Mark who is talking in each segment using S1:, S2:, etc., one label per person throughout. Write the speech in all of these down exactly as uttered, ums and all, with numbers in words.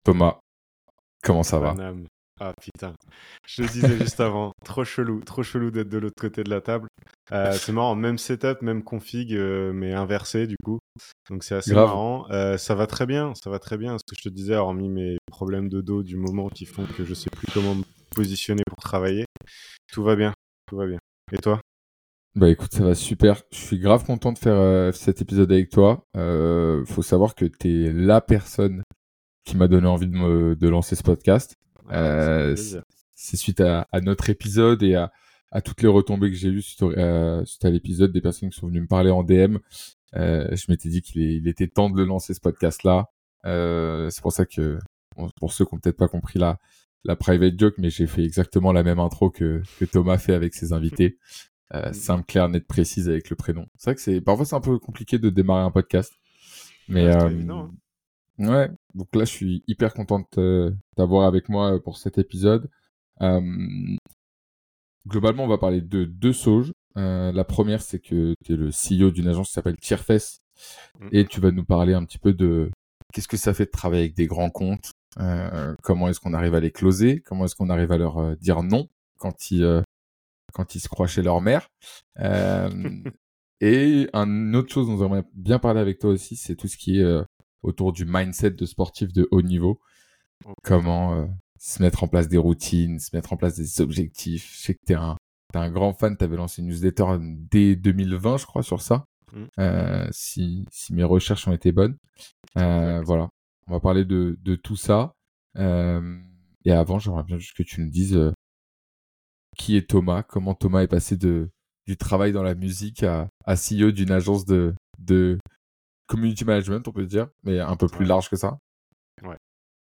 S1: Thomas, comment ça va?
S2: Paname. Ah putain, je le disais juste avant, trop chelou, trop chelou d'être de l'autre côté de la table. Euh, c'est marrant, même setup, même config, euh, mais inversé du coup. Donc c'est assez
S1: Grave.
S2: marrant. Euh, ça va très bien, ça va très bien. Ce que je te disais, hormis mes problèmes de dos du moment qui font que je sais plus comment me positionner pour travailler, tout va bien, tout va bien. Et toi?
S1: Bah écoute, ça va super. Je suis grave content de faire euh, cet épisode avec toi. Euh, faut savoir que t'es la personne qui m'a donné envie de, me, de lancer ce podcast.
S2: Ah, ça fait
S1: Euh, c'est
S2: plaisir.
S1: c'est suite à, à notre épisode et à, à toutes les retombées que j'ai eues suite, au- euh, suite à l'épisode, des personnes qui sont venues me parler en D M. Euh, je m'étais dit qu'il est- il était temps de le lancer ce podcast-là. Euh, c'est pour ça que, bon, pour ceux qui ont peut-être pas compris la, la private joke, mais j'ai fait exactement la même intro que, que Thomas fait avec ses invités. Euh,
S2: Mm.
S1: simple, clair, net, précise avec le prénom. C'est vrai que c'est parfois c'est un peu compliqué de démarrer un podcast, mais
S2: Ouais, c'est
S1: euh,
S2: pas évident, hein.
S1: ouais. Donc là, je suis hyper content de te- d'avoir avec moi euh, pour cet épisode. Euh, Globalement, on va parler de deux choses. Euh, la première, c'est que tu es le C E O d'une agence qui s'appelle Tierfest
S2: Mm,
S1: et
S2: mm.
S1: tu vas nous parler un petit peu de qu'est-ce que ça fait de travailler avec des grands comptes, euh, comment est-ce qu'on arrive à les closer, comment est-ce qu'on arrive à leur euh, dire non quand ils euh, quand ils se croient chez leur mère. Euh, et une autre chose dont j'aimerais bien parler avec toi aussi, c'est tout ce qui est euh, autour du mindset de sportif de haut niveau.
S2: Oh putain.
S1: Comment euh, se mettre en place des routines, se mettre en place des objectifs. Je sais que t'es un, t'es un grand fan, t'avais lancé une newsletter dès deux mille vingt, je crois, sur ça,
S2: Mm, mm,
S1: euh, si, si mes recherches ont été bonnes. Euh,
S2: exact.
S1: voilà, on va parler de, de tout ça. Euh, et avant, j'aimerais bien juste que tu nous dises euh, qui est Thomas, comment Thomas est passé de, du travail dans la musique à, à C E O d'une agence de, de community management, on peut dire, mais un peu plus
S2: Ouais,
S1: large que ça.
S2: ouais.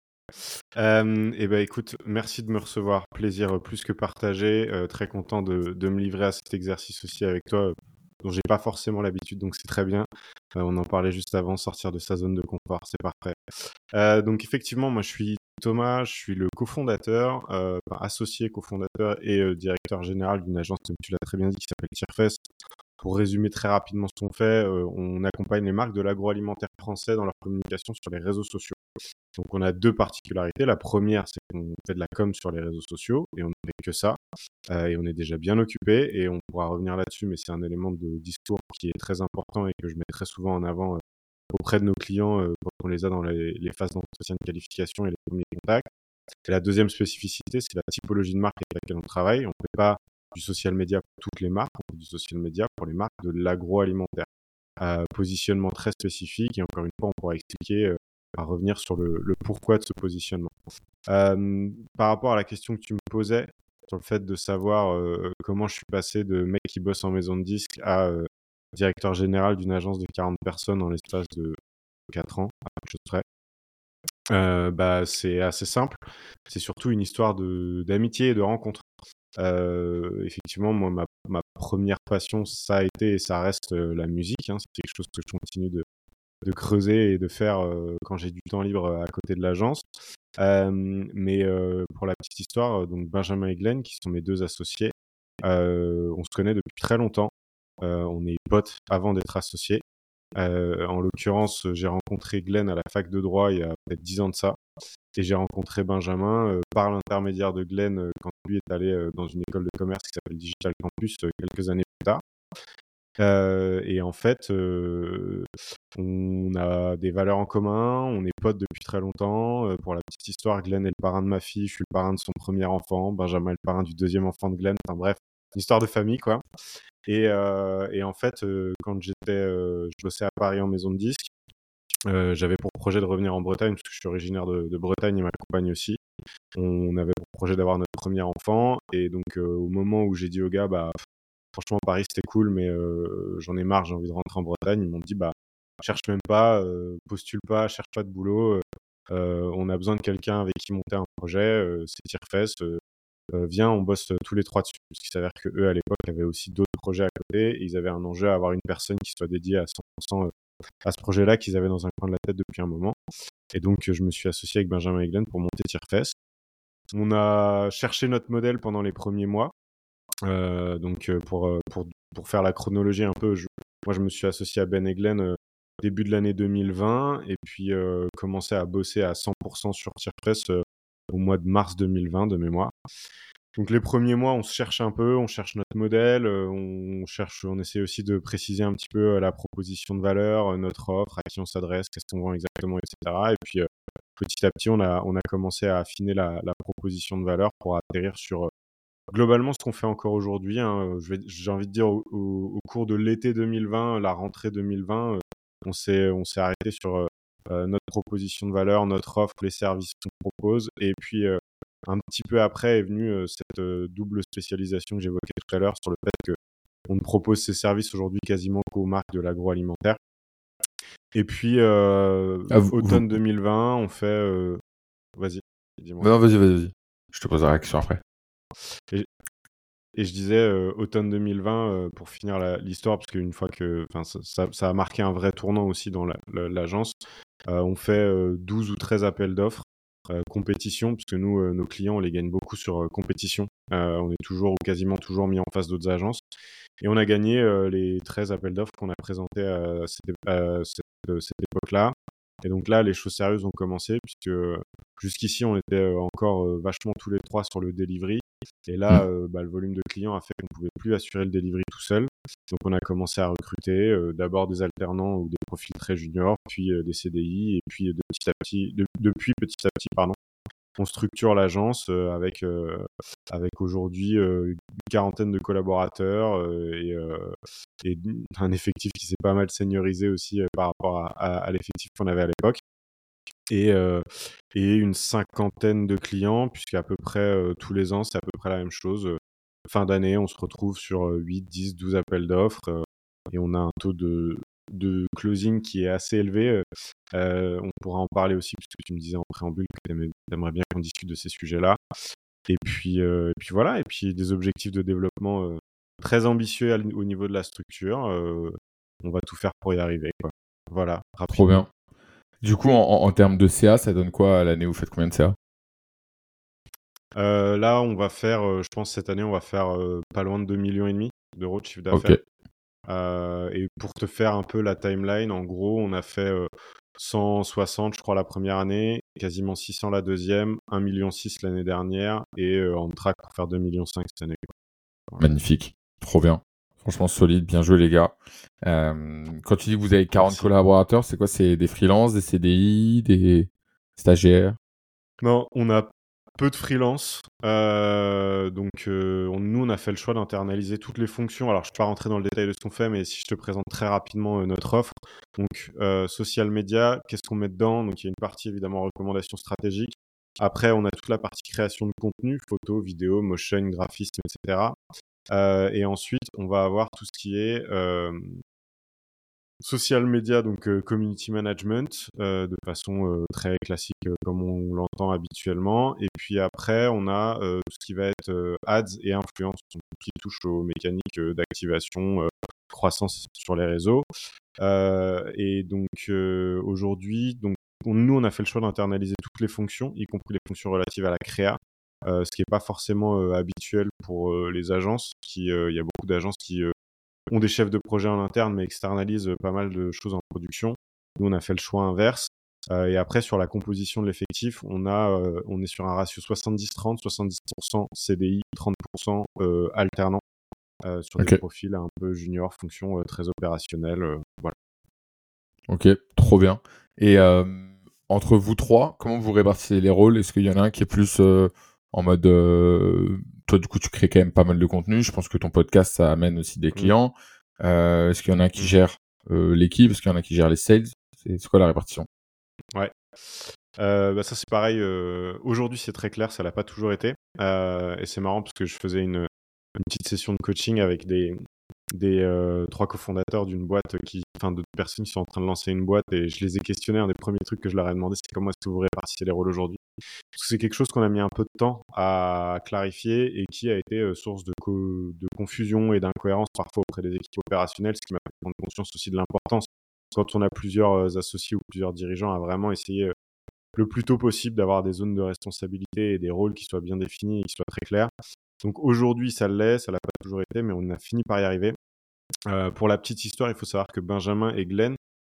S2: Euh, et ben écoute, merci de me recevoir. Plaisir euh, plus que partagé. Euh, très content de, de me livrer à cet exercice aussi avec toi, euh, dont j'ai pas forcément l'habitude, donc c'est très bien. Euh, on en parlait juste avant, sortir de sa zone de confort, c'est parfait. Euh, donc effectivement, moi je suis Thomas, je suis le cofondateur, euh, enfin, associé cofondateur et euh, directeur général d'une agence, comme tu l'as très bien dit, qui s'appelle Tierfest. Pour résumer très rapidement ce qu'on fait, euh, on accompagne les marques de l'agroalimentaire français dans leur communication sur les réseaux sociaux. Donc on a deux particularités. La première, c'est qu'on fait de la com sur les réseaux sociaux et on ne fait que ça. Euh, et on est déjà bien occupé et on pourra revenir là-dessus, mais c'est un élément de discours qui est très important et que je mets très souvent en avant euh, auprès de nos clients euh, quand on les a dans les, les phases d'entretien de qualification et les premiers contacts. Et la deuxième spécificité, c'est la typologie de marque avec laquelle on travaille. On ne fait pas du social media pour toutes les marques, on fait du social media pour les marques de l'agroalimentaire. Euh, positionnement très spécifique et encore une fois, on pourra expliquer euh, à revenir sur le, le pourquoi de ce positionnement. Euh, par rapport à la question que tu me posais sur le fait de savoir euh, comment je suis passé de mec qui bosse en maison de disques à euh, directeur général d'une agence de quarante personnes en l'espace de quatre ans, à peu de choses près. Euh, bah, c'est assez simple. C'est surtout une histoire de d'amitié et de rencontre. Euh, effectivement, moi, ma, ma première passion, ça a été et ça reste euh, la musique, hein. C'est quelque chose que je continue de, de creuser et de faire euh, quand j'ai du temps libre euh, à côté de l'agence. Euh, mais euh, pour la petite histoire, euh, donc Benjamin et Glenn, qui sont mes deux associés, euh, on se connaît depuis très longtemps. Euh, on est potes avant d'être associés. Euh, en l'occurrence, j'ai rencontré Glenn à la fac de droit il y a peut-être dix ans de ça. Et j'ai rencontré Benjamin euh, par l'intermédiaire de Glenn euh, quand lui est allé euh, dans une école de commerce qui s'appelle Digital Campus euh, quelques années plus tard. Euh, et en fait, euh, on a des valeurs en commun, on est potes depuis très longtemps. Euh, pour la petite histoire, Glenn est le parrain de ma fille, je suis le parrain de son premier enfant, Benjamin est le parrain du deuxième enfant de Glenn. Enfin bref, une histoire de famille quoi. Et, euh, et en fait, euh, quand j'étais, euh, je bossais à Paris en maison de disques, euh, j'avais pour projet de revenir en Bretagne parce que je suis originaire de, de Bretagne et ma compagne aussi. On avait pour projet d'avoir notre premier enfant et donc euh, au moment où j'ai dit aux gars, bah franchement Paris c'était cool, mais euh, j'en ai marre, j'ai envie de rentrer en Bretagne. Ils m'ont dit bah cherche même pas, euh, postule pas, cherche pas de boulot. Euh, euh, on a besoin de quelqu'un avec qui monter un projet. Euh, c'est Tierfest. Euh, euh, viens, on bosse euh, tous les trois dessus. Parce qu'il s'avère que eux à l'époque avaient aussi d'autres projets à côté et ils avaient un enjeu à avoir une personne qui soit dédiée à cent pour cent à ce projet-là qu'ils avaient dans un coin de la tête depuis un moment. Et donc, je me suis associé avec Benjamin et Glenn pour monter Tierfest. On a cherché notre modèle pendant les premiers mois. Euh, donc, pour, pour, pour faire la chronologie un peu, je, moi, je me suis associé à Ben et Glenn euh, début de l'année deux mille vingt et puis euh, commencé à bosser à cent pour cent sur TierPress euh, au mois de mars deux mille vingt de mémoire. Donc les premiers mois, on se cherche un peu, on cherche notre modèle, euh, on cherche, on essaie aussi de préciser un petit peu euh, la proposition de valeur, euh, notre offre, à qui on s'adresse, qu'est-ce qu'on vend exactement, et cetera. Et puis euh, petit à petit, on a, on a commencé à affiner la, la proposition de valeur pour atterrir sur euh, globalement ce qu'on fait encore aujourd'hui. Hein. Je vais, j'ai envie de dire au, au, au cours de l'été deux mille vingt, la rentrée deux mille vingt, euh, on s'est, on s'est arrêté sur euh, euh, notre proposition de valeur, notre offre, les services qu'on propose, et puis euh, un petit peu après est venue euh, cette euh, double spécialisation que j'évoquais tout à l'heure sur le fait qu'on ne propose ces services aujourd'hui quasiment qu'aux marques de l'agroalimentaire. Et puis, euh,
S1: Ah, vous, vous...
S2: automne deux mille vingt, on fait... euh, Vas-y, dis-moi.
S1: Non, vas-y, vas-y, vas-y. Je te pose la réaction après.
S2: Et, et je disais, euh, automne deux mille vingt, euh, pour finir la- l'histoire, parce qu'une fois que... Enfin, ça, ça, ça a marqué un vrai tournant aussi dans la- la- l'agence. Euh, on fait euh, douze ou treize appels d'offres, euh, compétition, parce que nous, euh, nos clients, on les gagne beaucoup sur euh, compétition. Euh, on est toujours ou quasiment toujours mis en face d'autres agences. Et on a gagné euh, les treize appels d'offres qu'on a présentés à cette, à cette, euh, cette époque-là. Et donc là, les choses sérieuses ont commencé, puisque jusqu'ici, on était euh, encore euh, vachement tous les trois sur le delivery. Et là,
S1: Mm.
S2: euh, bah, le volume de clients a fait qu'on pouvait plus assurer le delivery tout seul. Donc on a commencé à recruter euh, d'abord des alternants ou des profils très juniors, puis euh, des C D I, et puis de petit à petit, de- depuis petit à petit, pardon, on structure l'agence euh, avec euh, avec aujourd'hui euh, une quarantaine de collaborateurs euh, et, euh, et un effectif qui s'est pas mal seniorisé aussi euh, par rapport à, à- à l'effectif qu'on avait à l'époque. Et, euh, et une cinquantaine de clients, puisqu'à peu près euh, tous les ans, c'est à peu près la même chose. Euh, Fin d'année, on se retrouve sur euh, huit, dix, douze appels d'offres euh, et on a un taux de, de closing qui est assez élevé. Euh, on pourra en parler aussi, puisque tu me disais en préambule que tu aimerais bien qu'on discute de ces sujets-là. Et puis, euh, et puis voilà, et puis des objectifs de développement euh, très ambitieux à l- au niveau de la structure. Euh, on va tout faire pour y arriver, quoi. Voilà,
S1: Trop
S2: rapidement.
S1: bien. Du coup, en, en, en termes de C A, ça donne quoi à l'année? Vous faites combien de C A?
S2: Euh, là, on va faire, euh, je pense cette année, on va faire euh, pas loin de deux millions et demi d'euros de chiffre
S1: Ok.
S2: d'affaires. Euh, et pour te faire un peu la timeline, en gros, on a fait euh, cent soixante, je crois, la première année, quasiment six cents la deuxième, un virgule six million l'année dernière, et euh, on track pour faire deux virgule cinq millions cette année, quoi. Voilà.
S1: Magnifique. Trop bien. Franchement, solide. Bien joué, les gars. Euh, quand tu dis que vous avez quarante
S2: Merci.
S1: collaborateurs, c'est quoi? C'est des freelances, des C D I, des stagiaires?
S2: Non, on a peu de freelance. Euh, donc, euh, on- nous, on a fait le choix d'internaliser toutes les fonctions. Alors, je ne vais pas rentrer dans le détail de ce qu'on fait, mais si je te présente très rapidement euh, notre offre. Donc, euh, social media, qu'est-ce qu'on met dedans? Donc, il y a une partie, évidemment, recommandations stratégiques. Après, on a toute la partie création de contenu, photo, vidéo, motion, graphisme, et cetera. Euh, et ensuite, on va avoir tout ce qui est euh, social media, donc euh, community management, euh, de façon euh, très classique euh, comme on l'entend habituellement. Et puis après, on a euh, tout ce qui va être euh, ads et influence, donc tout ce qui touche aux mécaniques euh, d'activation, euh, croissance sur les réseaux. Euh, et donc euh, aujourd'hui, donc on- nous, on a fait le choix d'internaliser toutes les fonctions, y compris les fonctions relatives à la créa. Euh, ce qui n'est pas forcément euh, habituel pour euh, les agences. Qui, euh, il y a beaucoup d'agences qui euh, ont des chefs de projet en interne, mais externalisent euh, pas mal de choses en production. Nous, on a fait le choix inverse. Euh, et après, sur la composition de l'effectif, on, a, euh, on est sur un ratio soixante-dix trente, soixante-dix pour cent C D I, trente pour cent euh, alternants, euh, sur des
S1: Ok.
S2: profils un peu junior, fonction euh, très opérationnelle. Euh, voilà.
S1: Ok. Trop bien. Et euh, entre vous trois, comment vous répartissez les rôles? Est-ce qu'il y en a un qui est plus euh, en mode... euh, toi, du coup, tu crées quand même pas mal de contenu. Je pense que ton podcast, ça amène aussi des
S2: Mm,
S1: clients. Euh, est-ce qu'il y en a un qui
S2: mm.
S1: gère euh, l'équipe? Est-ce qu'il y en a qui gère les sales? C'est c'est quoi la répartition?
S2: Ouais. Euh, bah ça, c'est pareil. Euh, aujourd'hui, c'est très clair, ça l'a pas toujours été. Euh, et c'est marrant parce que je faisais une, une petite session de coaching avec des, des euh, trois cofondateurs d'une boîte qui, enfin, de personnes qui sont en train de lancer une boîte et je les ai questionnés. Un des premiers trucs que je leur ai demandé, c'est comment est-ce que vous répartissez les rôles aujourd'hui? Parce que c'est quelque chose qu'on a mis un peu de temps à clarifier et qui a été euh, source de, co- de confusion et d'incohérence parfois auprès des équipes opérationnelles, ce qui m'a fait prendre conscience aussi de l'importance quand on a plusieurs euh, associés ou plusieurs dirigeants à vraiment essayer euh, le plus tôt possible d'avoir des zones de responsabilité et des rôles qui soient bien définis et qui soient très clairs. Donc aujourd'hui, ça l'est, ça l'a pas toujours été, mais on a fini par y arriver. Euh, pour la petite histoire, il faut savoir que Benjamin et Glenn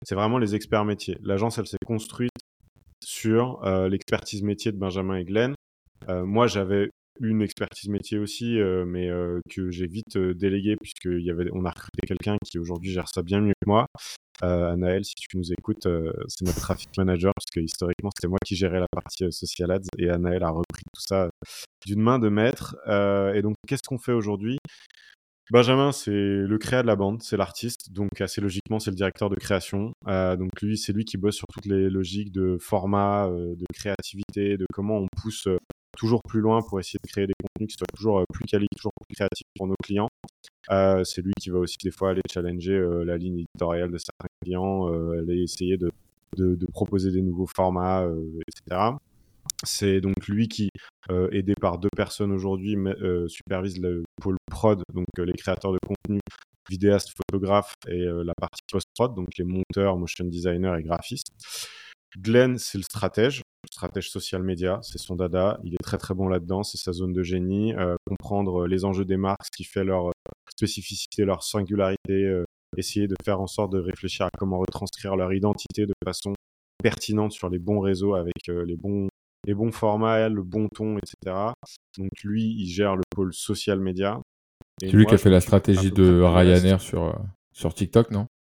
S2: c'est vraiment les experts métiers. L'agence, elle s'est construite sur euh, l'expertise métier de Benjamin et Glenn. Euh, moi, j'avais une expertise métier aussi, euh, mais euh, que j'ai vite euh, délégué puisqu'on a recruté quelqu'un qui aujourd'hui gère ça bien mieux que moi. Euh, Anaël, si tu nous écoutes, euh, c'est notre traffic manager parce que historiquement, c'était moi qui gérais la partie euh, social ads et Anaël a repris tout ça d'une main de maître. Euh, et donc, qu'est-ce qu'on fait aujourd'hui? Benjamin, c'est le créa de la bande, c'est l'artiste, donc assez logiquement, c'est le directeur de création. Euh, donc lui, c'est lui qui bosse sur toutes les logiques de format, euh, de créativité, de comment on pousse euh, toujours plus loin pour essayer de créer des contenus qui soient toujours euh, plus quali, toujours plus créatifs pour nos clients. Euh, c'est lui qui va aussi des fois aller challenger euh, la ligne éditoriale de certains clients, euh, aller essayer de, de, de proposer des nouveaux formats, euh, et cetera. C'est donc lui qui, euh, aidé par deux personnes aujourd'hui, euh, supervise le pôle prod, donc euh, les créateurs de contenu, vidéastes, photographes et euh, la partie post-prod, donc les monteurs, motion designers et graphistes. Glenn, c'est le stratège, stratège social media, c'est son dada, il est très très bon là-dedans, c'est sa zone de génie, euh, comprendre les enjeux des marques, ce qui fait leur spécificité, leur singularité, euh, essayer de faire en sorte de réfléchir à comment retranscrire leur identité de façon pertinente sur les bons réseaux avec euh, les bons les bons formats, le bon ton, et cetera. Donc lui, il gère le pôle social media.
S1: C'est lui qui
S2: moi,
S1: a
S2: je
S1: fait la
S2: m'occupe à
S1: stratégie
S2: peu près
S1: de
S2: de tout le reste.
S1: Ryanair sur, euh, sur TikTok, non?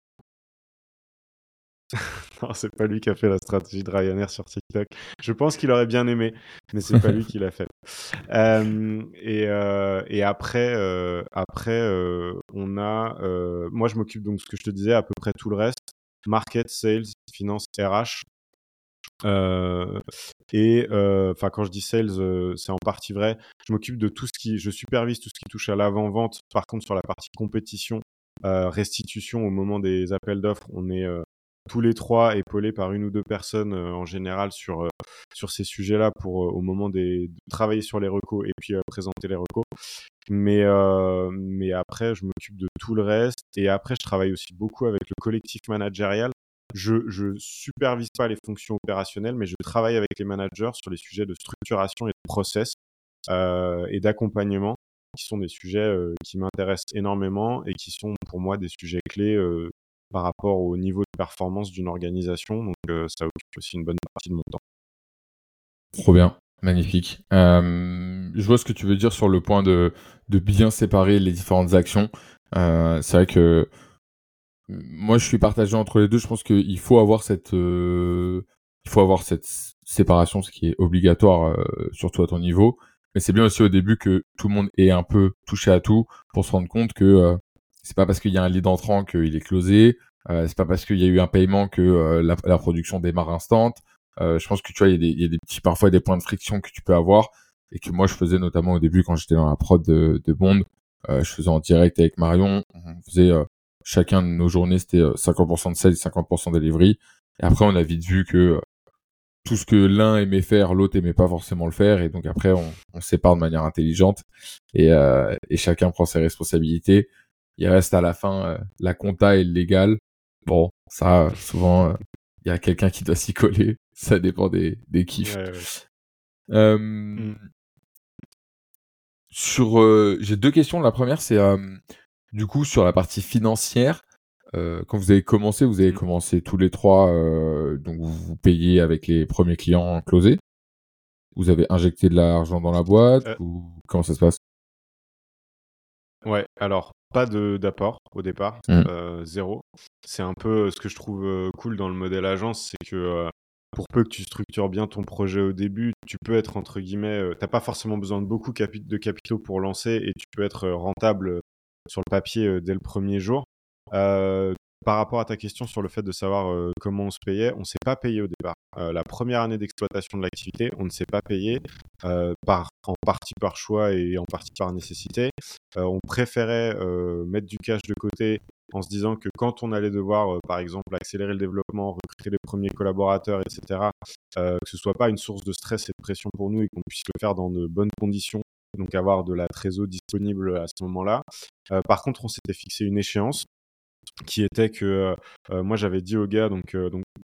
S2: Non, c'est pas lui qui a fait la stratégie de Ryanair sur TikTok. Je pense qu'il aurait bien aimé, mais c'est pas lui qui l'a fait. Euh, et, euh, et après, euh, après euh, on a... euh, moi, je m'occupe donc de ce que je te disais, à peu près tout le reste. Market, sales, finance, R H. Euh, et euh, enfin, quand je dis sales, euh, c'est en partie vrai. Je m'occupe de tout ce qui, je supervise tout ce qui touche à l'avant-vente. Par contre, sur la partie compétition, euh, restitution au moment des appels d'offres, on est euh, tous les trois épaulés par une ou deux personnes euh, en général sur euh, sur ces sujets-là pour euh, au moment des de travailler sur les recos et puis euh, présenter les recos. Mais euh, mais après, je m'occupe de tout le reste. Et après, je travaille aussi beaucoup avec le collectif managérial. Je, je supervise pas les fonctions opérationnelles, mais je travaille avec les managers sur les sujets de structuration et de process euh, et d'accompagnement, qui sont des sujets euh, qui m'intéressent énormément et qui sont pour moi des sujets clés euh, par rapport au niveau de performance d'une organisation. Donc euh, ça occupe aussi une bonne partie de mon temps.
S1: Trop bien, magnifique. Euh, je vois ce que tu veux dire sur le point de, de bien séparer les différentes actions. Euh, c'est vrai que moi, je suis partagé entre les deux. Je pense qu'il faut avoir cette, euh, il faut avoir cette séparation, ce qui est obligatoire, euh, surtout à ton niveau. Mais c'est bien aussi au début que tout le monde est un peu touché à tout pour se rendre compte que euh, c'est pas parce qu'il y a un lead entrant qu'il est closé. Euh, c'est pas parce qu'il y a eu un paiement que euh, la, la production démarre instant. Euh, je pense que tu vois, il y a des, il y a des petits, parfois des points de friction que tu peux avoir et que moi je faisais notamment au début quand j'étais dans la prod de, de Bond. Euh, je faisais en direct avec Marion. On faisait euh, chacun de nos journées, c'était euh, cinquante pour cent de sales, cinquante pour cent de delivery. Et après, on a vite vu que euh, tout ce que l'un aimait faire, l'autre aimait pas forcément le faire. Et donc après, on, on sépare de manière intelligente et, euh, et chacun prend ses responsabilités. Il reste à la fin euh, la compta et le légal. Bon, ça, euh, souvent, il euh, y a quelqu'un qui doit s'y coller. Ça dépend des, des kiffs.
S2: Ouais, ouais.
S1: Euh,
S2: Mm.
S1: Sur, euh, j'ai deux questions. La première, c'est euh, du coup sur la partie financière. Euh, quand vous avez commencé, vous avez
S2: Mm.
S1: commencé tous les trois, euh, donc vous vous payez avec les premiers clients closés. Vous avez injecté de l'argent dans la boîte
S2: Euh,
S1: ou comment ça se passe?
S2: Ouais, alors pas de d'apport au départ,
S1: Mm.
S2: euh, zéro. C'est un peu euh, ce que je trouve euh, cool dans le modèle agence, c'est que euh, pour peu que tu structures bien ton projet au début, tu peux être entre guillemets, euh, t'as pas forcément besoin de beaucoup capi- de capitaux pour lancer et tu peux être euh, rentable euh, sur le papier euh, dès le premier jour. Euh, Par rapport à ta question sur le fait de savoir euh, comment on se payait, on s'est pas payé au départ. Euh, la première année d'exploitation de l'activité, on ne s'est pas payé euh, par, en partie par choix et en partie par nécessité. Euh, on préférait euh, mettre du cash de côté en se disant que quand on allait devoir, euh, par exemple, accélérer le développement, recruter les premiers collaborateurs, et cetera, euh, que ce soit pas une source de stress et de pression pour nous et qu'on puisse le faire dans de bonnes conditions, donc avoir de la trésor disponible à ce moment-là. Euh, par contre, on s'était fixé une échéance qui était que euh, moi j'avais dit aux gars, donc, euh, donc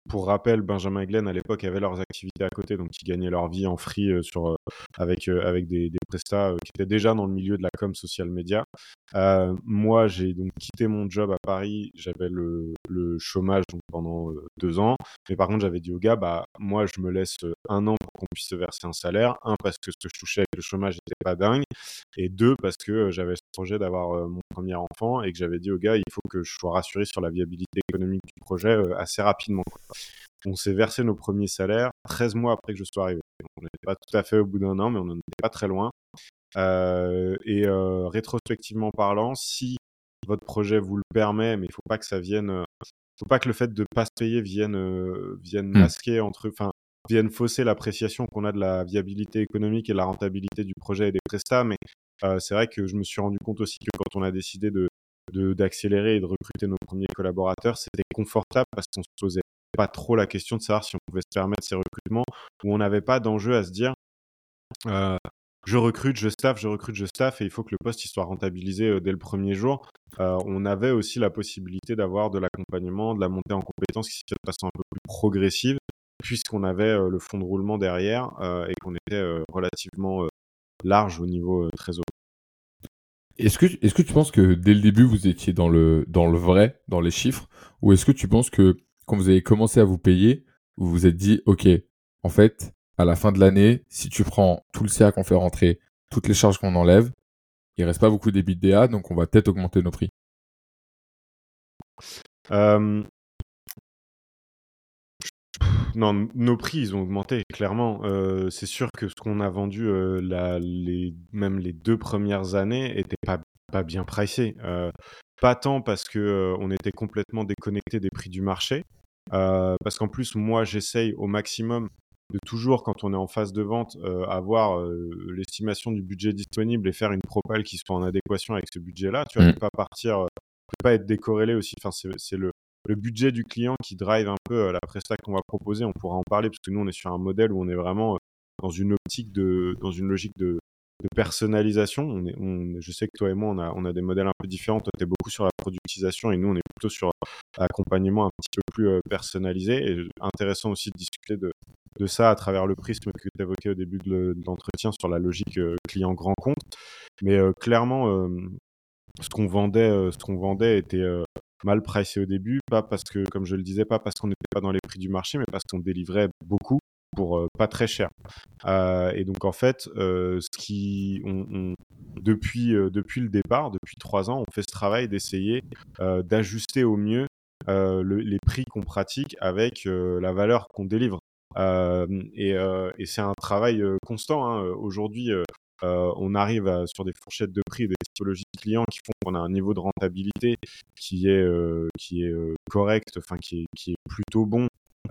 S2: pour rappel, Benjamin et Glenn, à l'époque, avaient leurs activités à côté, donc ils gagnaient leur vie en free euh, sur, euh, avec, euh, avec des, des prestats euh, qui étaient déjà dans le milieu de la com social media. Euh, moi, j'ai donc quitté mon job à Paris, j'avais le, le chômage donc, pendant euh, deux ans, mais par contre, j'avais dit aux gars, bah, moi, je me laisse euh, un an pour qu'on puisse se verser un salaire, un, parce que ce que je touchais avec le chômage n'était pas dingue, et deux, parce que euh, j'avais ce projet d'avoir euh, mon premier enfant, et que j'avais dit aux gars, il faut que je sois rassuré sur la viabilité économique du projet euh, assez rapidement, quoi. On s'est versé nos premiers salaires treize mois après que je sois arrivé. Donc, on n'était pas tout à fait au bout d'un an, mais on n'en était pas très loin. Euh, et euh, rétrospectivement parlant, si votre projet vous le permet, mais il faut pas que ça vienne, euh, faut pas que le fait de pas se payer vienne, euh, vienne
S1: Hmm.
S2: masquer entre, enfin, vienne fausser l'appréciation qu'on a de la viabilité économique et de la rentabilité du projet et des prestats. Mais euh, c'est vrai que je me suis rendu compte aussi que quand on a décidé de, de d'accélérer et de recruter nos premiers collaborateurs, c'était confortable parce qu'on se posait pas trop la question de savoir si on pouvait se permettre ces recrutements, où on n'avait pas d'enjeu à se dire euh, je recrute, je staff, je recrute, je staff, et il faut que le poste il soit rentabilisé euh, dès le premier jour. Euh, on avait aussi la possibilité d'avoir de l'accompagnement, de la montée en compétences qui se fait de façon un peu plus progressive, puisqu'on avait euh, le fonds de roulement derrière euh, et qu'on était euh, relativement euh, large au niveau euh, trésor.
S1: Est-ce que, est-ce que tu penses que dès le début, vous étiez dans le, dans le vrai, dans les chiffres, ou est-ce que tu penses que quand vous avez commencé à vous payer, vous vous êtes dit, OK, en fait, à la fin de l'année, si tu prends tout le C A qu'on fait rentrer, toutes les charges qu'on enlève, il reste pas beaucoup d'EBITDA, donc on va peut-être augmenter nos prix.
S2: Euh, Non, nos prix, ils ont augmenté, clairement. Euh, c'est sûr que ce qu'on a vendu, euh, la, les, même les deux premières années, était pas, pas bien pricé. Euh, pas tant parce que euh, on était complètement déconnecté des prix du marché, euh, parce qu'en plus, moi, j'essaye au maximum de toujours, quand on est en phase de vente, euh, avoir euh, l'estimation du budget disponible et faire une propale qui soit en adéquation avec ce budget-là. Tu vois,
S1: Mm.
S2: de pas partir, euh, de pas être décorrélé aussi. Enfin, c'est, c'est le le budget du client qui drive un peu euh, la presta qu'on va proposer. On pourra en parler parce que nous, on est sur un modèle où on est vraiment euh, dans une optique de, dans une logique de, de personnalisation. On est, on, je sais que toi et moi, on a, on a des modèles un peu différents. Toi, tu es beaucoup sur la productisation et nous, on est plutôt sur l'accompagnement un petit peu plus euh, personnalisé. Et intéressant aussi de discuter de, de ça à travers le prisme que tu évoquais au début de, le, de l'entretien sur la logique euh, client grand compte. Mais euh, clairement, euh, ce qu'on vendait, euh, ce qu'on vendait était euh, mal pricé au début, pas parce que, comme je le disais, pas parce qu'on n'était pas dans les prix du marché, mais parce qu'on délivrait beaucoup pour euh, pas très cher. Euh, et donc en fait, euh, ce qui, on, on- depuis euh, depuis le départ, depuis trois ans, on fait ce travail d'essayer euh, d'ajuster au mieux euh, le- les prix qu'on pratique avec euh, la valeur qu'on délivre. Euh, et, euh, et c'est un travail euh, constant, hein. Aujourd'hui, euh, euh, on arrive à- sur des fourchettes de prix et des typologies de clients qui font qu'on a un niveau de rentabilité qui est, euh, qui est euh, correct, enfin qui est, qui est plutôt bon